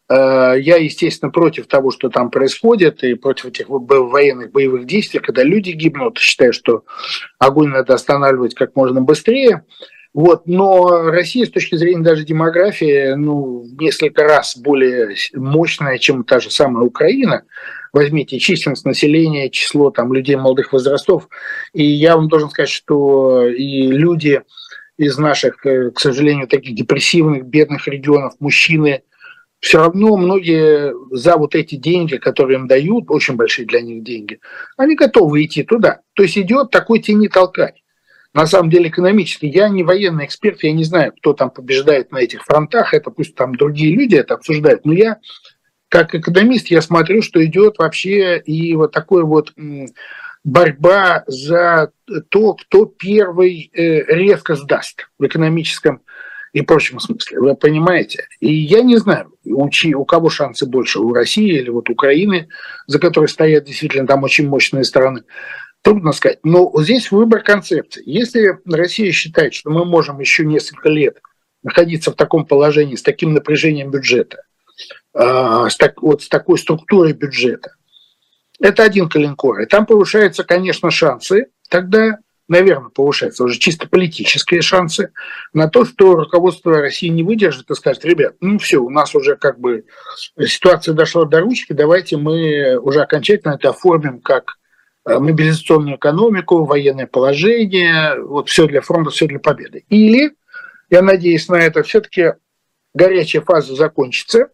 Я, естественно, против того, что там происходит, и против этих военных боевых действий, когда люди гибнут. Считаю, что огонь надо останавливать как можно быстрее. Вот. Но Россия с точки зрения даже демографии в несколько раз более мощная, чем та же самая Украина. Возьмите численность населения, число там, людей молодых возрастов. И я вам должен сказать, что и люди из наших, к сожалению, таких депрессивных, бедных регионов, мужчины, все равно многие за вот эти деньги, которые им дают, очень большие для них деньги, они готовы идти туда. То есть идет такой тени толкать. На самом деле экономически. Я не военный эксперт, я не знаю, кто там побеждает на этих фронтах, это пусть там другие люди это обсуждают, но я, как экономист, я смотрю, что идет вообще и вот такой вот борьба за то, кто первый резко сдаст в экономическом и прочем смысле. Вы понимаете? И я не знаю, у кого шансы больше, у России или вот Украины, за которой стоят действительно там очень мощные страны. Трудно сказать. Но здесь выбор концепции. Если Россия считает, что мы можем еще несколько лет находиться в таком положении, с таким напряжением бюджета, с такой структурой бюджета, это один калинкор. И там повышаются, конечно, шансы, тогда, наверное, повышаются уже чисто политические шансы на то, что руководство России не выдержит и скажет: ребят, все, у нас уже как бы ситуация дошла до ручки, давайте мы уже окончательно это оформим как мобилизационную экономику, военное положение, вот все для фронта, все для победы. Или, я надеюсь на это, все-таки горячая фаза закончится,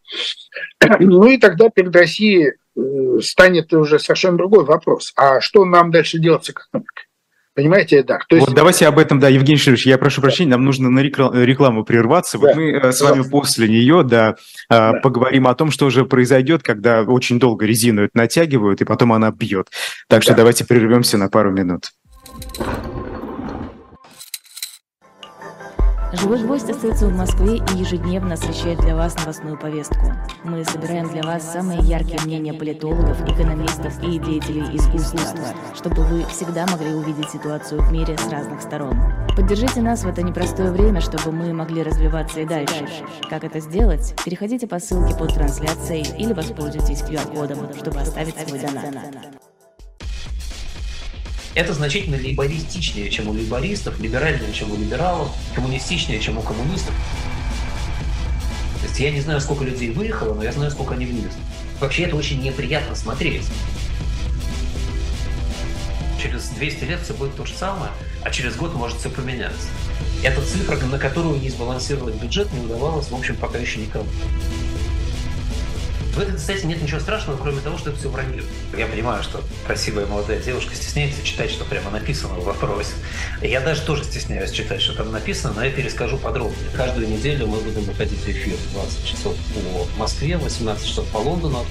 и тогда перед Россией станет уже совершенно другой вопрос. А что нам дальше делать с экономикой? Понимаете, да. То есть... Вот давайте об этом, да, Евгений Шерович, я прошу прощения, нам нужно на рекламу прерваться. Вот мы с вами после нее, поговорим о том, что же произойдет, когда очень долго резину эту натягивают, и потом она бьет. Так что давайте прервемся на пару минут. «Живой гвоздь» остается в Москве и ежедневно освещает для вас новостную повестку. Мы собираем для вас самые яркие мнения политологов, экономистов и деятелей искусства, чтобы вы всегда могли увидеть ситуацию в мире с разных сторон. Поддержите нас в это непростое время, чтобы мы могли развиваться и дальше. Как это сделать? Переходите по ссылке под трансляцией или воспользуйтесь QR-кодом, чтобы оставить свой донат. Это значительно лейбористичнее, чем у лейбористов, либеральнее, чем у либералов, коммунистичнее, чем у коммунистов. То есть я не знаю, сколько людей выехало, но я знаю, сколько они влезли. Вообще это очень неприятно смотреть. Через 200 лет все будет то же самое, а через год может все поменяться. Это цифра, на которую не сбалансировать бюджет не удавалось, в общем, пока еще никому. В этой, кстати, нет ничего страшного, кроме того, что это все вранье. Я понимаю, что красивая молодая девушка стесняется читать, что прямо написано в вопросе. Я даже тоже стесняюсь читать, что там написано, но я перескажу подробнее. Каждую неделю мы будем выходить в эфир 20 часов по Москве, 18 часов по Лондону.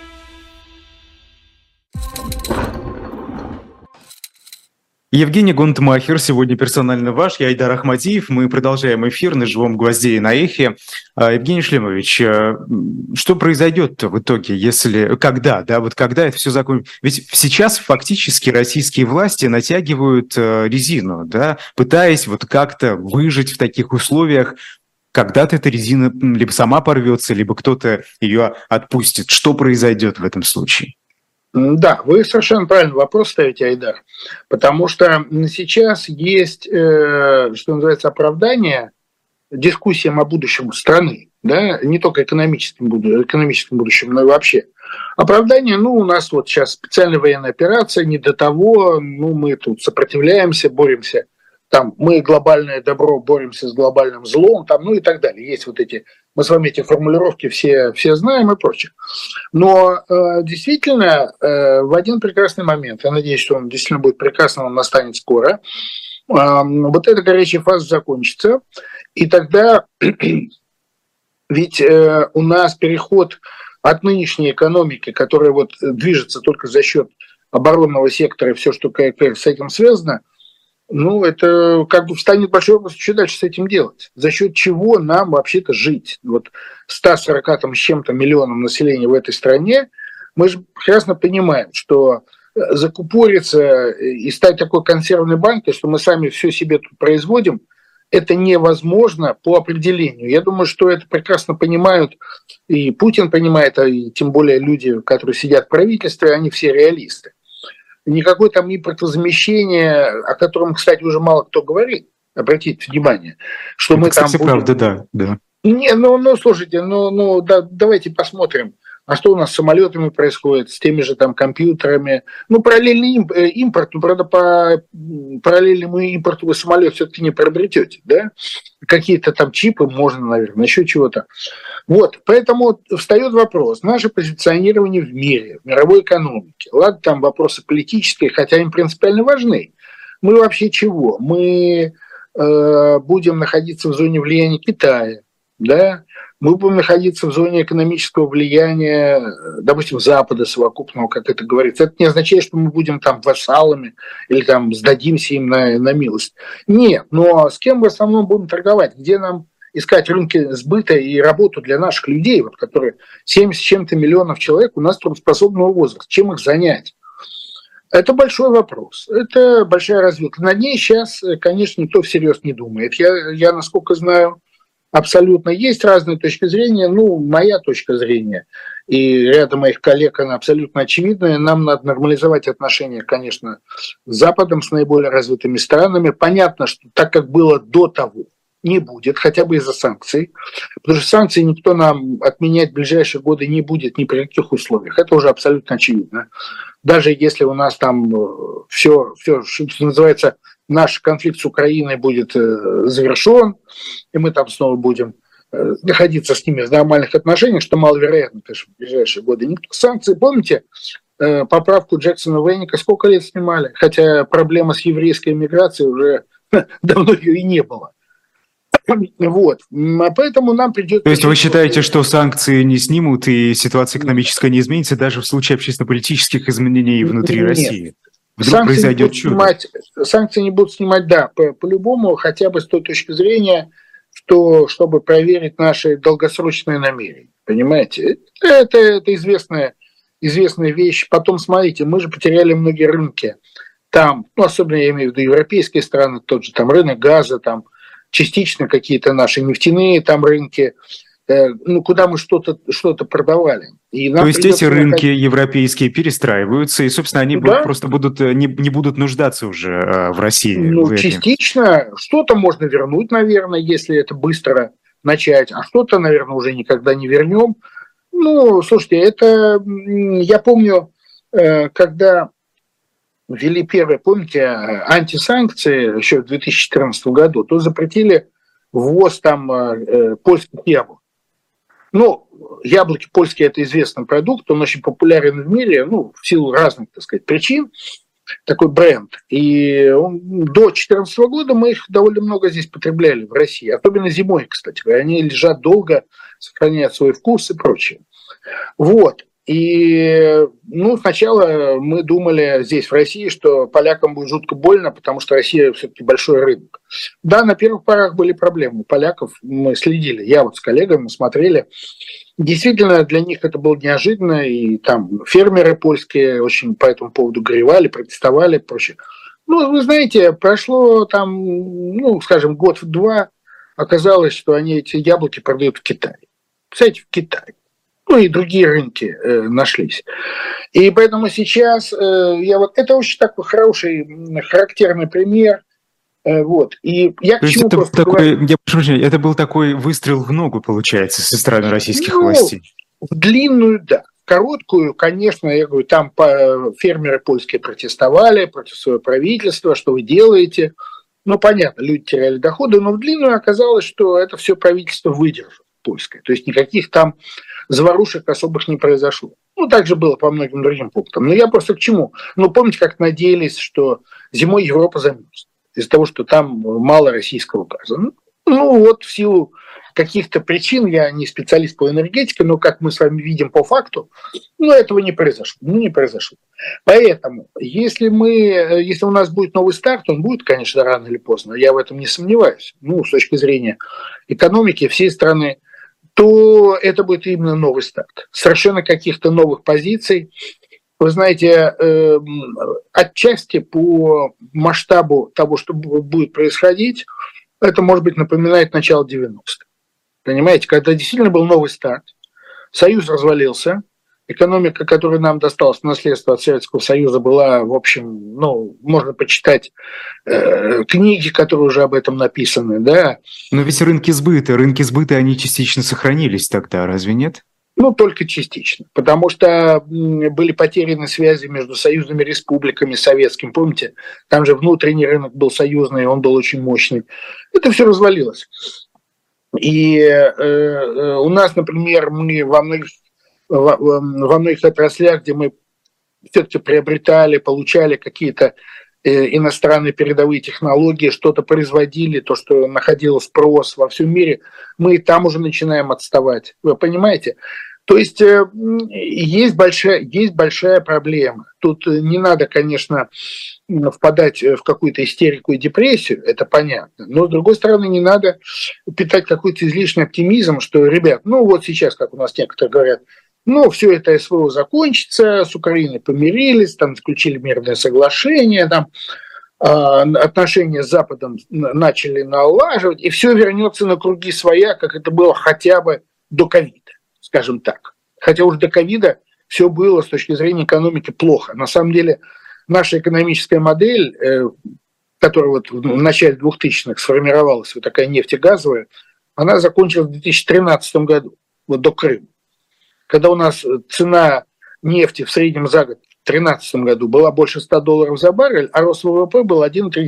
Евгений Гунтмахер, сегодня персонально ваш, я Айдар Ахмадиев. Мы продолжаем эфир на «Живом гвозде» и на «Эхе». Евгений Шлемович, что произойдет в итоге, когда это все закончится? Ведь сейчас фактически российские власти натягивают резину, пытаясь как-то выжить в таких условиях. Когда-то эта резина либо сама порвется, либо кто-то ее отпустит. Что произойдет в этом случае? Да, вы совершенно правильный вопрос ставите, Айдар, потому что сейчас есть, что называется, оправдание дискуссиям о будущем страны, не только экономическим будущем, но и вообще. Оправдание, у нас вот сейчас специальная военная операция, не до того, мы тут сопротивляемся, боремся, мы глобальное добро, боремся с глобальным злом, и так далее. Есть мы с вами эти формулировки все знаем и прочее. Но действительно, в один прекрасный момент, я надеюсь, что он действительно будет прекрасным, он настанет скоро, вот эта горячая фаза закончится, и тогда ведь у нас переход от нынешней экономики, которая движется только за счет оборонного сектора и все, что с этим связано, это встанет большой вопрос, что дальше с этим делать? За счет чего нам вообще-то жить? 140 с чем-то миллионам населения в этой стране, мы же прекрасно понимаем, что закупориться и стать такой консервной банкой, что мы сами все себе тут производим, это невозможно по определению. Я думаю, что это прекрасно понимают, и Путин понимает, и тем более люди, которые сидят в правительстве, они все реалисты. Никакое там импортозамещение, о котором, кстати, уже мало кто говорит, обратите внимание, что это, мы кстати, там будем... правда, да. Не, слушайте, да, давайте посмотрим, а что у нас с самолетами происходит, с теми же там компьютерами. Параллельный импорт, правда, по параллельному импорту вы самолет все-таки не приобретете, да? Какие-то там чипы можно, наверное, еще чего-то. Вот, поэтому встает вопрос, наше позиционирование в мире, в мировой экономике. Ладно, там вопросы политические, хотя им принципиально важны. Мы вообще чего? Мы будем находиться в зоне влияния Китая, да? Мы будем находиться в зоне экономического влияния, допустим, Запада совокупного, как это говорится. Это не означает, что мы будем там вассалами или там сдадимся им на милость. Нет, но с кем в основном будем торговать? Где нам искать рынки сбыта и работу для наших людей, вот, которые 70 с чем-то миллионов человек у нас трудоспособного возраста? Чем их занять? Это большой вопрос, это большая развилка. На ней сейчас, конечно, никто всерьез не думает. Я насколько знаю, абсолютно есть разные точки зрения. Моя точка зрения и ряда моих коллег, она абсолютно очевидная. Нам надо нормализовать отношения, конечно, с Западом, с наиболее развитыми странами. Понятно, что так, как было до того, не будет, хотя бы из-за санкций. Потому что санкции никто нам отменять в ближайшие годы не будет ни при каких условиях. Это уже абсолютно очевидно. Даже если у нас там все, что называется, наш конфликт с Украиной будет завершен, и мы там снова будем находиться с ними в нормальных отношениях, что маловероятно, конечно, в ближайшие годы. Никто санкции, помните, поправку Джексона Вейника сколько лет снимали? Хотя проблема с еврейской миграцией уже давно ее и не было. Вот. Поэтому нам придется... То есть вы считаете, что санкции не снимут и ситуация экономическая не изменится даже в случае общественно-политических изменений внутри России? Вдруг произойдет чудо? Санкции не будут снимать, да, по-любому, хотя бы с той точки зрения, что, чтобы проверить наши долгосрочные намерения. Понимаете? Это известная вещь. Потом, смотрите, мы же потеряли многие рынки. Там, особенно я имею в виду европейские страны, тот же там рынок газа, там частично какие-то наши нефтяные там рынки, куда мы что-то продавали. И то есть эти рынки европейские перестраиваются, и, собственно, они просто не будут нуждаться уже в России. Частично. Что-то можно вернуть, наверное, если это быстро начать, а что-то, наверное, уже никогда не вернем. Слушайте, это... Я помню, когда ввели первые, помните, антисанкции еще в 2014 году, то запретили ввоз там польских яблок. Яблоки польские – это известный продукт, он очень популярен в мире, в силу разных, так сказать, причин, такой бренд. И до 2014 года мы их довольно много здесь потребляли в России, особенно зимой, кстати. Они лежат долго, сохраняют свой вкус и прочее. Вот. И сначала мы думали здесь, в России, что полякам будет жутко больно, потому что Россия все-таки большой рынок. Да, на первых порах были проблемы. У поляков мы следили, я с коллегами смотрели. Действительно, для них это было неожиданно, и там фермеры польские очень по этому поводу горевали, протестовали и прочее. Вы знаете, прошло там, скажем, год-два, оказалось, что они эти яблоки продают в Китае. Представляете, в Китае. И другие рынки нашлись. И поэтому сейчас это очень такой хороший, характерный пример. Вот. И я к чему просто говорю. Это был такой выстрел в ногу, получается, со стороны российских властей. В длинную, да. В короткую, конечно, я говорю, там фермеры польские протестовали против своего правительства, что вы делаете. Понятно, люди теряли доходы, но в длинную оказалось, что это все правительство выдержит польское. То есть никаких там заварушек особых не произошло. Так же было по многим другим пунктам. Но я просто к чему? Помните, как надеялись, что зимой Европа замерзнет из-за того, что там мало российского газа. В силу каких-то причин, я не специалист по энергетике, но как мы с вами видим по факту, этого не произошло. Не произошло. Поэтому, если у нас будет новый старт, он будет, конечно, рано или поздно, я в этом не сомневаюсь, с точки зрения экономики всей страны, то это будет именно новый старт. Совершенно каких-то новых позиций. Вы знаете, отчасти по масштабу того, что будет происходить, это, может быть, напоминает начало 90-х. Понимаете, когда действительно был новый старт, Союз развалился, экономика, которая нам досталась в наследство от Советского Союза, была, в общем, можно почитать книги, которые уже об этом написаны, да. Но ведь рынки сбыта, они частично сохранились тогда, разве нет? Только частично, потому что были потеряны связи между союзными республиками, советским, помните, там же внутренний рынок был союзный, он был очень мощный. Это все развалилось. И у нас, например, мы во многих отраслях, где мы все-таки приобретали, получали какие-то иностранные передовые технологии, что-то производили, то, что находило спрос во всем мире, мы там уже начинаем отставать. Вы понимаете? То есть есть большая проблема. Тут не надо, конечно, впадать в какую-то истерику и депрессию, это понятно. Но, с другой стороны, не надо питать какой-то излишний оптимизм, что, ребят, вот сейчас, как у нас некоторые говорят, все это СВО закончится, с Украиной помирились, там заключили мирное соглашение, там отношения с Западом начали налаживать, и все вернется на круги своя, как это было хотя бы до ковида, скажем так. Хотя уже до ковида все было с точки зрения экономики плохо. На самом деле наша экономическая модель, которая в начале 2000-х сформировалась, такая нефтегазовая, она закончилась в 2013 году, до Крыма. Когда у нас цена нефти в среднем за год в 2013 году была больше $100 за баррель, а рост ВВП был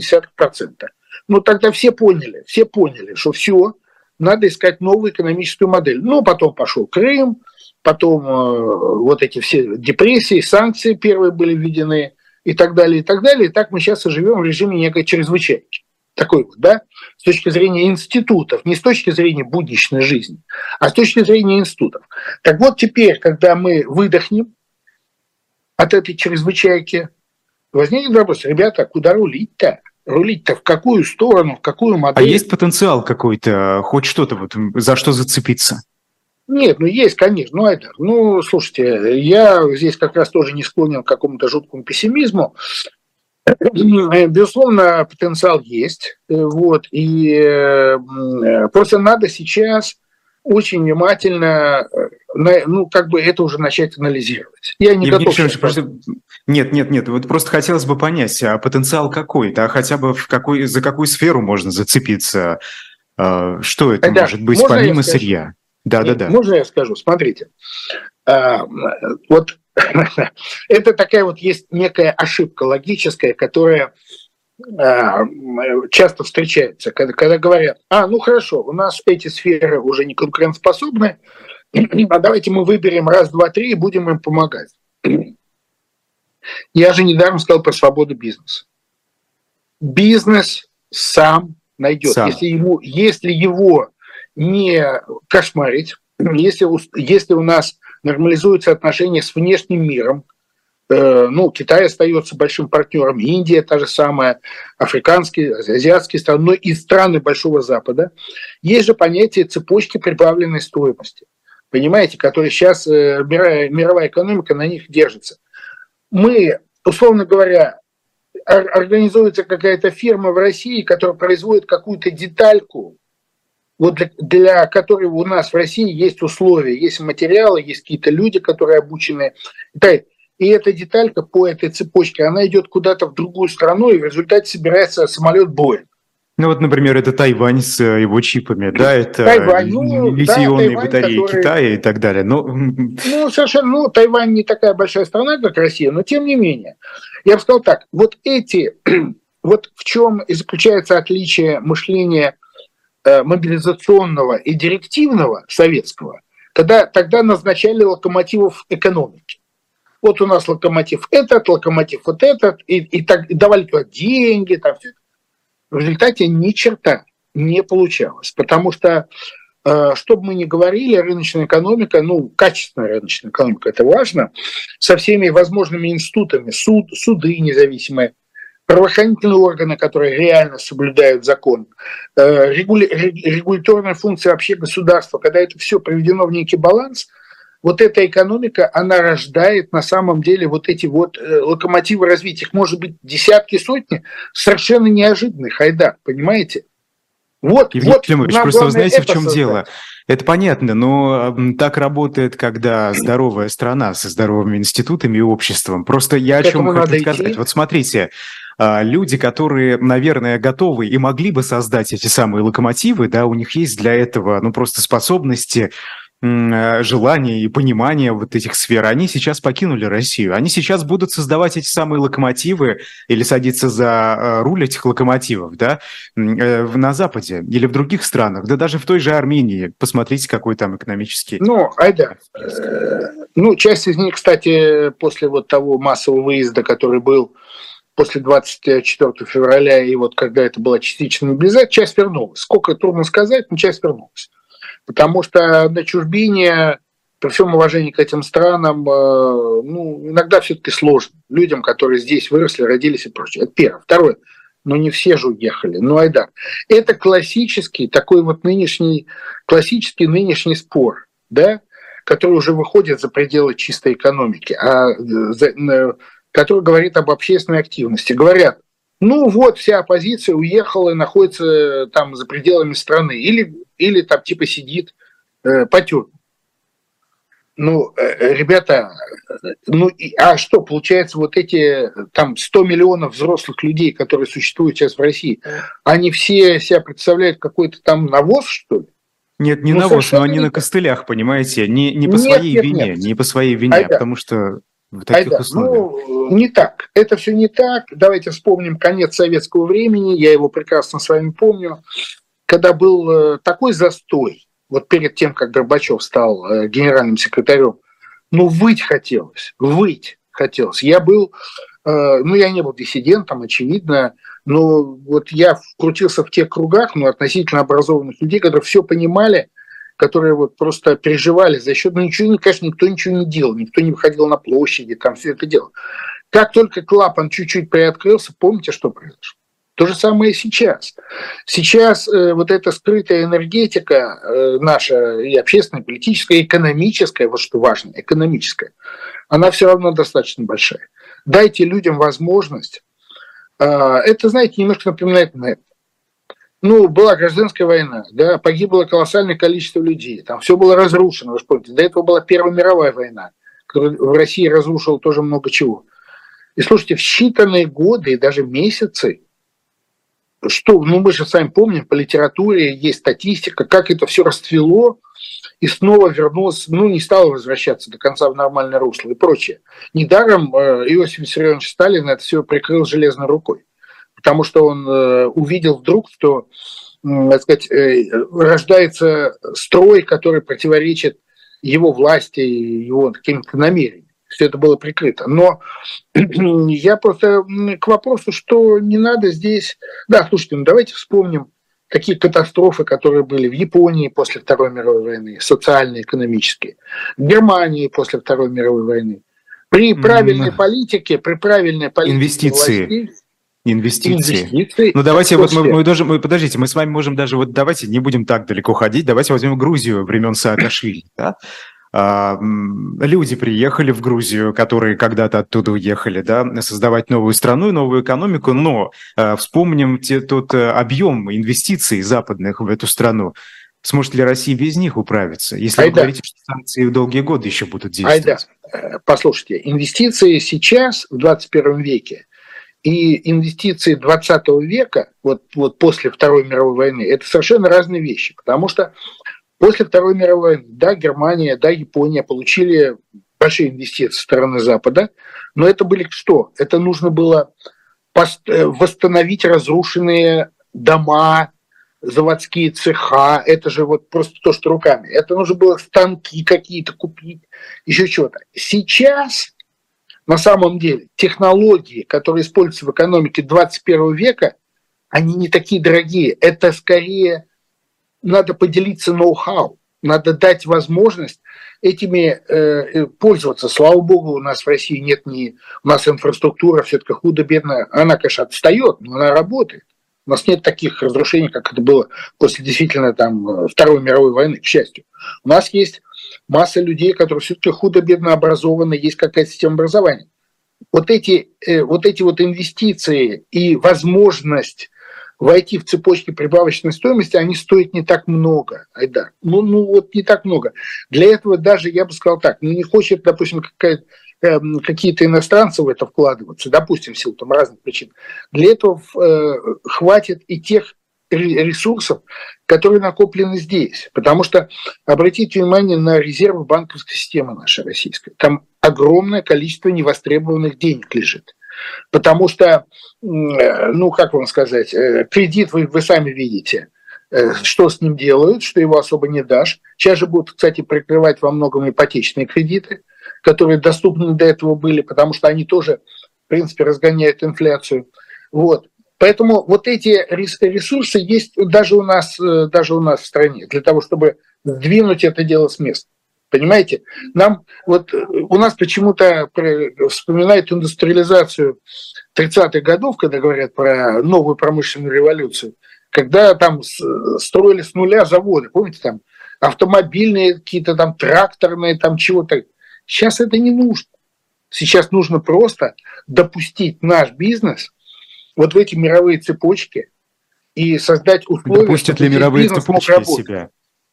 1,3%. Тогда все поняли, что все, надо искать новую экономическую модель. Потом пошел Крым, потом эти все депрессии, санкции первые были введены и так далее, и так далее. И так мы сейчас и живем в режиме некой чрезвычайки. Такой с точки зрения институтов, не с точки зрения будничной жизни, а с точки зрения институтов. Так вот теперь, когда мы выдохнем от этой чрезвычайки, возникнет вопрос, ребята, куда рулить-то? Рулить-то в какую сторону, в какую модель? А есть потенциал какой-то, хоть что-то, за что зацепиться? Нет, есть, конечно. Айдар, слушайте, я здесь как раз тоже не склонен к какому-то жуткому пессимизму. Безусловно, потенциал есть, и просто надо сейчас очень внимательно, это уже начать анализировать. Я не готов. Нет, вот просто хотелось бы понять, а потенциал какой-то, хотя бы за какую сферу можно зацепиться, что это может быть помимо сырья? Да. Можно я скажу? Смотрите, это такая есть некая ошибка логическая, которая часто встречается, когда говорят, хорошо, у нас эти сферы уже не конкурентоспособны, а давайте мы выберем раз, два, три и будем им помогать. Я же недаром сказал про свободу бизнеса. Бизнес сам найдет, если его не кошмарить, если у нас нормализуются отношения с внешним миром, Китай остается большим партнером, Индия та же самая, африканские, азиатские страны, но и страны Большого Запада. Есть же понятие цепочки прибавленной стоимости, понимаете, которые сейчас мировая экономика на них держится. Мы, условно говоря, организуется какая-то фирма в России, которая производит какую-то детальку, для которой у нас в России есть условия, есть материалы, есть какие-то люди, которые обучены. И эта деталька по этой цепочке, она идет куда-то в другую страну, и в результате собирается самолет Боинг. Например, это Тайвань с его чипами, это литий-ионные батареи Китая и так далее. Совершенно, Тайвань не такая большая страна, как Россия, но тем не менее. Я бы сказал так, в чем и заключается отличие мышления мобилизационного и директивного советского, тогда назначали локомотивов экономики. Вот у нас локомотив локомотив этот, и давали туда деньги, там все. В результате ни черта не получалось, потому что, что бы мы ни говорили, рыночная экономика, качественная рыночная экономика, это важно, со всеми возможными институтами, суды независимые, правоохранительные органы, которые реально соблюдают закон, регуляторная функция вообще государства, когда это все приведено в некий баланс, эта экономика, она рождает на самом деле эти локомотивы развития. Их может быть десятки, сотни, совершенно неожиданных, Айдар, понимаете? Евгений Ефремович, просто вы знаете, в чем дело? Это понятно, но так работает, когда здоровая страна со здоровыми институтами и обществом. Просто я о чем хочу сказать. Вот смотрите, люди, которые, наверное, готовы и могли бы создать эти самые локомотивы, да, у них есть для этого, просто способности, желание и понимание вот этих сфер, они сейчас покинули Россию. Они сейчас будут создавать эти самые локомотивы или садиться за руль этих локомотивов, да, на Западе или в других странах, да даже в той же Армении. Посмотрите, какой там экономический... часть из них, кстати, после вот того массового выезда, который был после 24 февраля, и вот когда это была частичная мобилизация, часть вернулась. Сколько, трудно сказать, но часть вернулась. Потому что на чужбине, при всем уважении к этим странам, иногда все-таки сложно. Людям, которые здесь выросли, родились и прочее. Это первое. Второе. Не все же уехали. Айдар. Это классический нынешний спор, да, который уже выходит за пределы чистой экономики, который говорит об общественной активности. Говорят, вся оппозиция уехала и находится там за пределами страны. Или там типа сидит по тюрьмам. Ребята, а что, получается, вот эти там 100 миллионов взрослых людей, которые существуют сейчас в России, они все себя представляют какой-то там навоз, что ли? Нет, не навоз, но они на костылях, понимаете, не по своей вине, не по своей вине, потому что в таких условиях. Не так. Это все не так. Давайте вспомним конец советского времени, я его прекрасно с вами помню, когда был такой застой, вот перед тем, как Горбачев стал генеральным секретарем, выть хотелось. Я был, я не был диссидентом, очевидно, но вот я крутился в тех кругах, относительно образованных людей, которые все понимали, которые вот просто переживали за счет, конечно, никто ничего не делал, никто не выходил на площади, там все это дело. Как только клапан чуть-чуть приоткрылся, помните, что произошло? То же самое и сейчас. Сейчас вот эта скрытая энергетика наша, и общественная, и политическая, и экономическая, вот что важно, экономическая, она все равно достаточно большая. Дайте людям возможность. Это, знаете, немножко напоминает на это. Была гражданская война, да, погибло колоссальное количество людей, там все было разрушено, вы же помните. До этого была Первая мировая война, которая в России разрушила тоже много чего. И слушайте, в считанные годы и даже месяцы, мы же сами помним, по литературе есть статистика, как это все расцвело и снова вернулось, не стало возвращаться до конца в нормальное русло и прочее. Недаром Иосиф Виссарионович Сталин это все прикрыл железной рукой, потому что он увидел вдруг, что, рождается строй, который противоречит его власти и его каким-то намерениям. Все это было прикрыто. Но я просто к вопросу, что не надо здесь... Да, слушайте, давайте вспомним такие катастрофы, которые были в Японии после Второй мировой войны, социальные, экономические, в Германии после Второй мировой войны. При правильной политике инвестиции. Инвестиции. Давайте подождите, мы с вами можем даже, давайте не будем так далеко ходить, давайте возьмем Грузию времен Саакашвили, да? Люди приехали в Грузию, которые когда-то оттуда уехали, да, создавать новую страну и новую экономику, но вспомним тот объем инвестиций западных в эту страну. Сможет ли Россия без них управиться, если вы говорите, что санкции долгие годы еще будут действовать? Послушайте, инвестиции сейчас, в 21 веке, и инвестиции 20 века, вот после Второй мировой войны, это совершенно разные вещи, потому что после Второй мировой войны, да, Германия, да, Япония получили большие инвестиции со стороны Запада, но это были что? Это нужно было восстановить разрушенные дома, заводские цеха, это же вот просто то, что руками. Это нужно было станки какие-то купить, еще что-то. Сейчас, на самом деле, технологии, которые используются в экономике 21 века, они не такие дорогие. Это скорее... Надо поделиться ноу-хау, надо дать возможность этими пользоваться. Слава богу, у нас в России у нас инфраструктура все-таки худо-бедно, она, конечно, отстает, но она работает. У нас нет таких разрушений, как это было после действительно Второй мировой войны, к счастью. У нас есть масса людей, которые все-таки худо-бедно образованы, есть какая-то система образования. Вот эти инвестиции и возможность войти в цепочки прибавочной стоимости, они стоят не так много, Айдар. Ну вот не так много. Для этого даже, я бы сказал так, не хочет, допустим, какие-то иностранцы в это вкладываться, допустим, в силу там разных причин. Для этого хватит и тех ресурсов, которые накоплены здесь. Потому что обратите внимание на резервы банковской системы нашей российской. Там огромное количество невостребованных денег лежит. Потому что, ну, как вам сказать, кредит вы сами видите, что с ним делают, что его особо не дашь. Сейчас же будут, кстати, прикрывать во многом ипотечные кредиты, которые доступны до этого были, потому что они тоже, в принципе, разгоняют инфляцию. Вот. Поэтому вот эти ресурсы есть даже у нас в стране, для того, чтобы сдвинуть это дело с места. Понимаете? У нас почему-то вспоминают индустриализацию 30-х годов, когда говорят про новую промышленную революцию, когда там строили с нуля заводы, помните, там автомобильные какие-то, там тракторные, там чего-то. Сейчас это не нужно. Сейчас нужно просто допустить наш бизнес вот в эти мировые цепочки и создать условия, допустят ли мировые цепочки себя?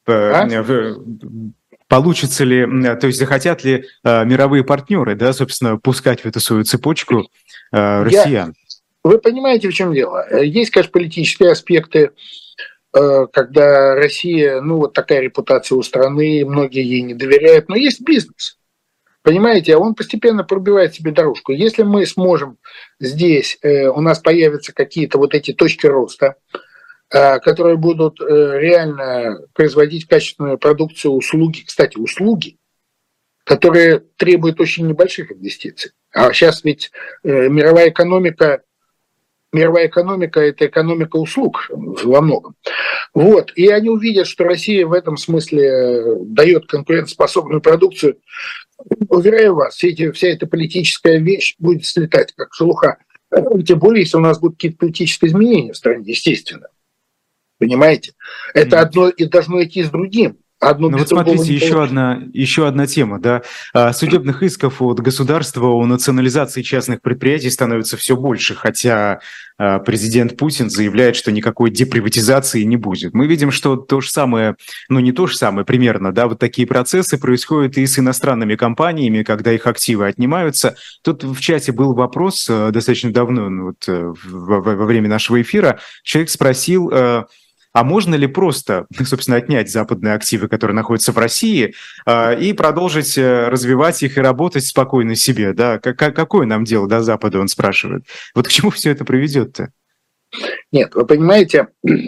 Получится ли, то есть захотят ли мировые партнеры, да, собственно, пускать в эту свою цепочку россиян? Вы понимаете, в чем дело? Есть, конечно, политические аспекты, когда Россия, ну, вот такая репутация у страны, многие ей не доверяют, но есть бизнес. Понимаете, он постепенно пробивает себе дорожку. Если мы сможем здесь, у нас появятся какие-то вот эти точки роста, которые будут реально производить качественную продукцию, услуги, кстати, услуги, которые требуют очень небольших инвестиций. А сейчас ведь мировая экономика – это экономика услуг во многом. Вот. И они увидят, что Россия в этом смысле дает конкурентоспособную продукцию. Уверяю вас, вся эта политическая вещь будет слетать как шелуха. Тем более, если у нас будут какие-то политические изменения в стране, естественно. Понимаете? Это одно и должно идти с другим. Ну вот смотрите, еще одна тема, да. Судебных исков от государства о национализации частных предприятий становится все больше, хотя президент Путин заявляет, что никакой деприватизации не будет. Мы видим, что то же самое, ну не то же самое примерно, да, вот такие процессы происходят и с иностранными компаниями, когда их активы отнимаются. Тут в чате был вопрос достаточно давно, ну, вот, во время нашего эфира, человек спросил, а можно ли просто, собственно, отнять западные активы, которые находятся в России, и продолжить развивать их и работать спокойно себе? Да? Какое нам дело до Запада, он спрашивает. Вот к чему все это приведет-то? Нет, вы понимаете,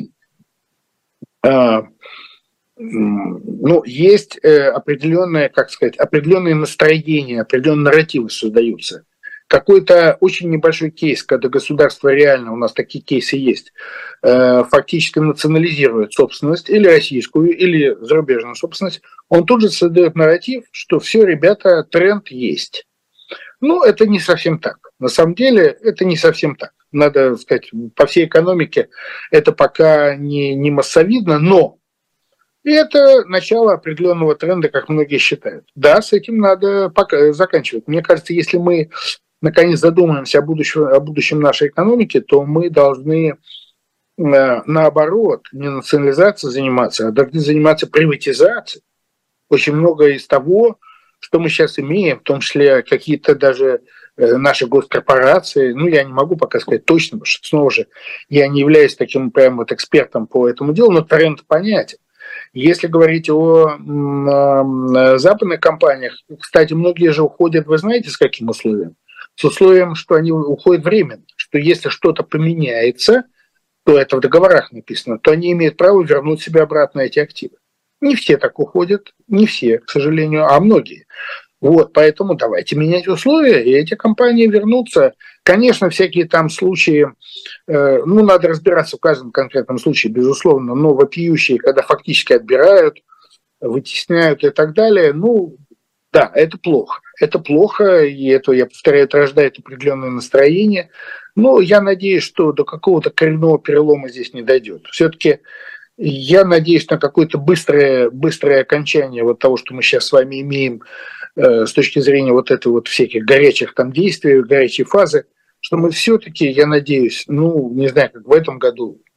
ну, есть определенное, как сказать, определенные настроения, определенные нарративы создаются. Какой-то очень небольшой кейс, когда государство реально, у нас такие кейсы есть, фактически национализирует собственность, или российскую, или зарубежную собственность, он тут же создает нарратив, что все, ребята, тренд есть. Ну, это не совсем так. На самом деле, это не совсем так. Надо сказать, по всей экономике это пока не массовидно, но это начало определенного тренда, как многие считают. Да, с этим надо пока заканчивать. Мне кажется, если мы наконец задумаемся о будущем нашей экономики, то мы должны, наоборот, не национализацией заниматься, а должны заниматься приватизацией. Очень многое из того, что мы сейчас имеем, в том числе какие-то даже наши госкорпорации, ну, я не могу пока сказать точно, потому что, снова же, я не являюсь таким прям вот экспертом по этому делу, но тренд понятен. Если говорить о западных компаниях, кстати, многие же уходят, вы знаете, с каким условием? С условием, что они уходят временно, что если что-то поменяется, то это в договорах написано, то они имеют право вернуть себе обратно эти активы. Не все так уходят, не все, к сожалению, а многие. Вот, поэтому давайте менять условия, и эти компании вернутся. Конечно, всякие там случаи, ну, надо разбираться в каждом конкретном случае, безусловно, но вопиющие, когда фактически отбирают, вытесняют и так далее, ну, да, это плохо. Это плохо, и это, я повторяю, это рождает определенное настроение. Но я надеюсь, что до какого-то коренного перелома здесь не дойдет. Все-таки я надеюсь на какое-то быстрое окончание вот того, что мы сейчас с вами имеем с точки зрения вот этой вот всяких горячих там действий, горячей фазы, что мы все-таки, я надеюсь, ну, не знаю, как в этом году,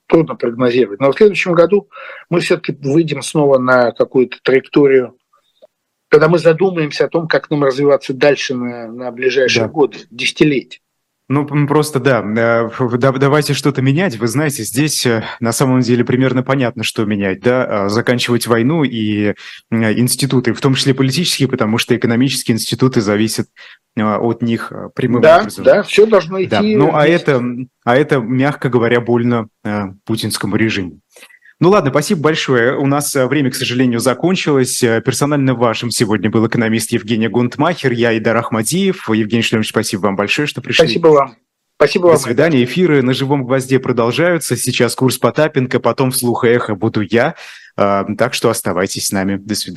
трудно прогнозировать. Но в следующем году мы все-таки выйдем снова на какую-то траекторию, когда мы задумаемся о том, как нам развиваться дальше на ближайшие годы, десятилетия. Ну, просто давайте что-то менять. Вы знаете, здесь на самом деле примерно понятно, что менять, да, заканчивать войну и институты, в том числе политические, потому что экономические институты зависят от них прямым образом. Да, все должно идти. Да. Ну, а это, мягко говоря, больно путинскому режиму. Ну ладно, спасибо большое. У нас время, к сожалению, закончилось. Персонально вашим сегодня был экономист Евгений Гунтмахер, я Идар Ахмадиев. Евгений Шлемович, спасибо вам большое, что пришли. Спасибо вам. Спасибо вам. До свидания. Эфиры на «Живом гвозде» продолжаются. Сейчас курс Потапенко, потом «Вслух и эхо» буду я. Так что оставайтесь с нами. До свидания.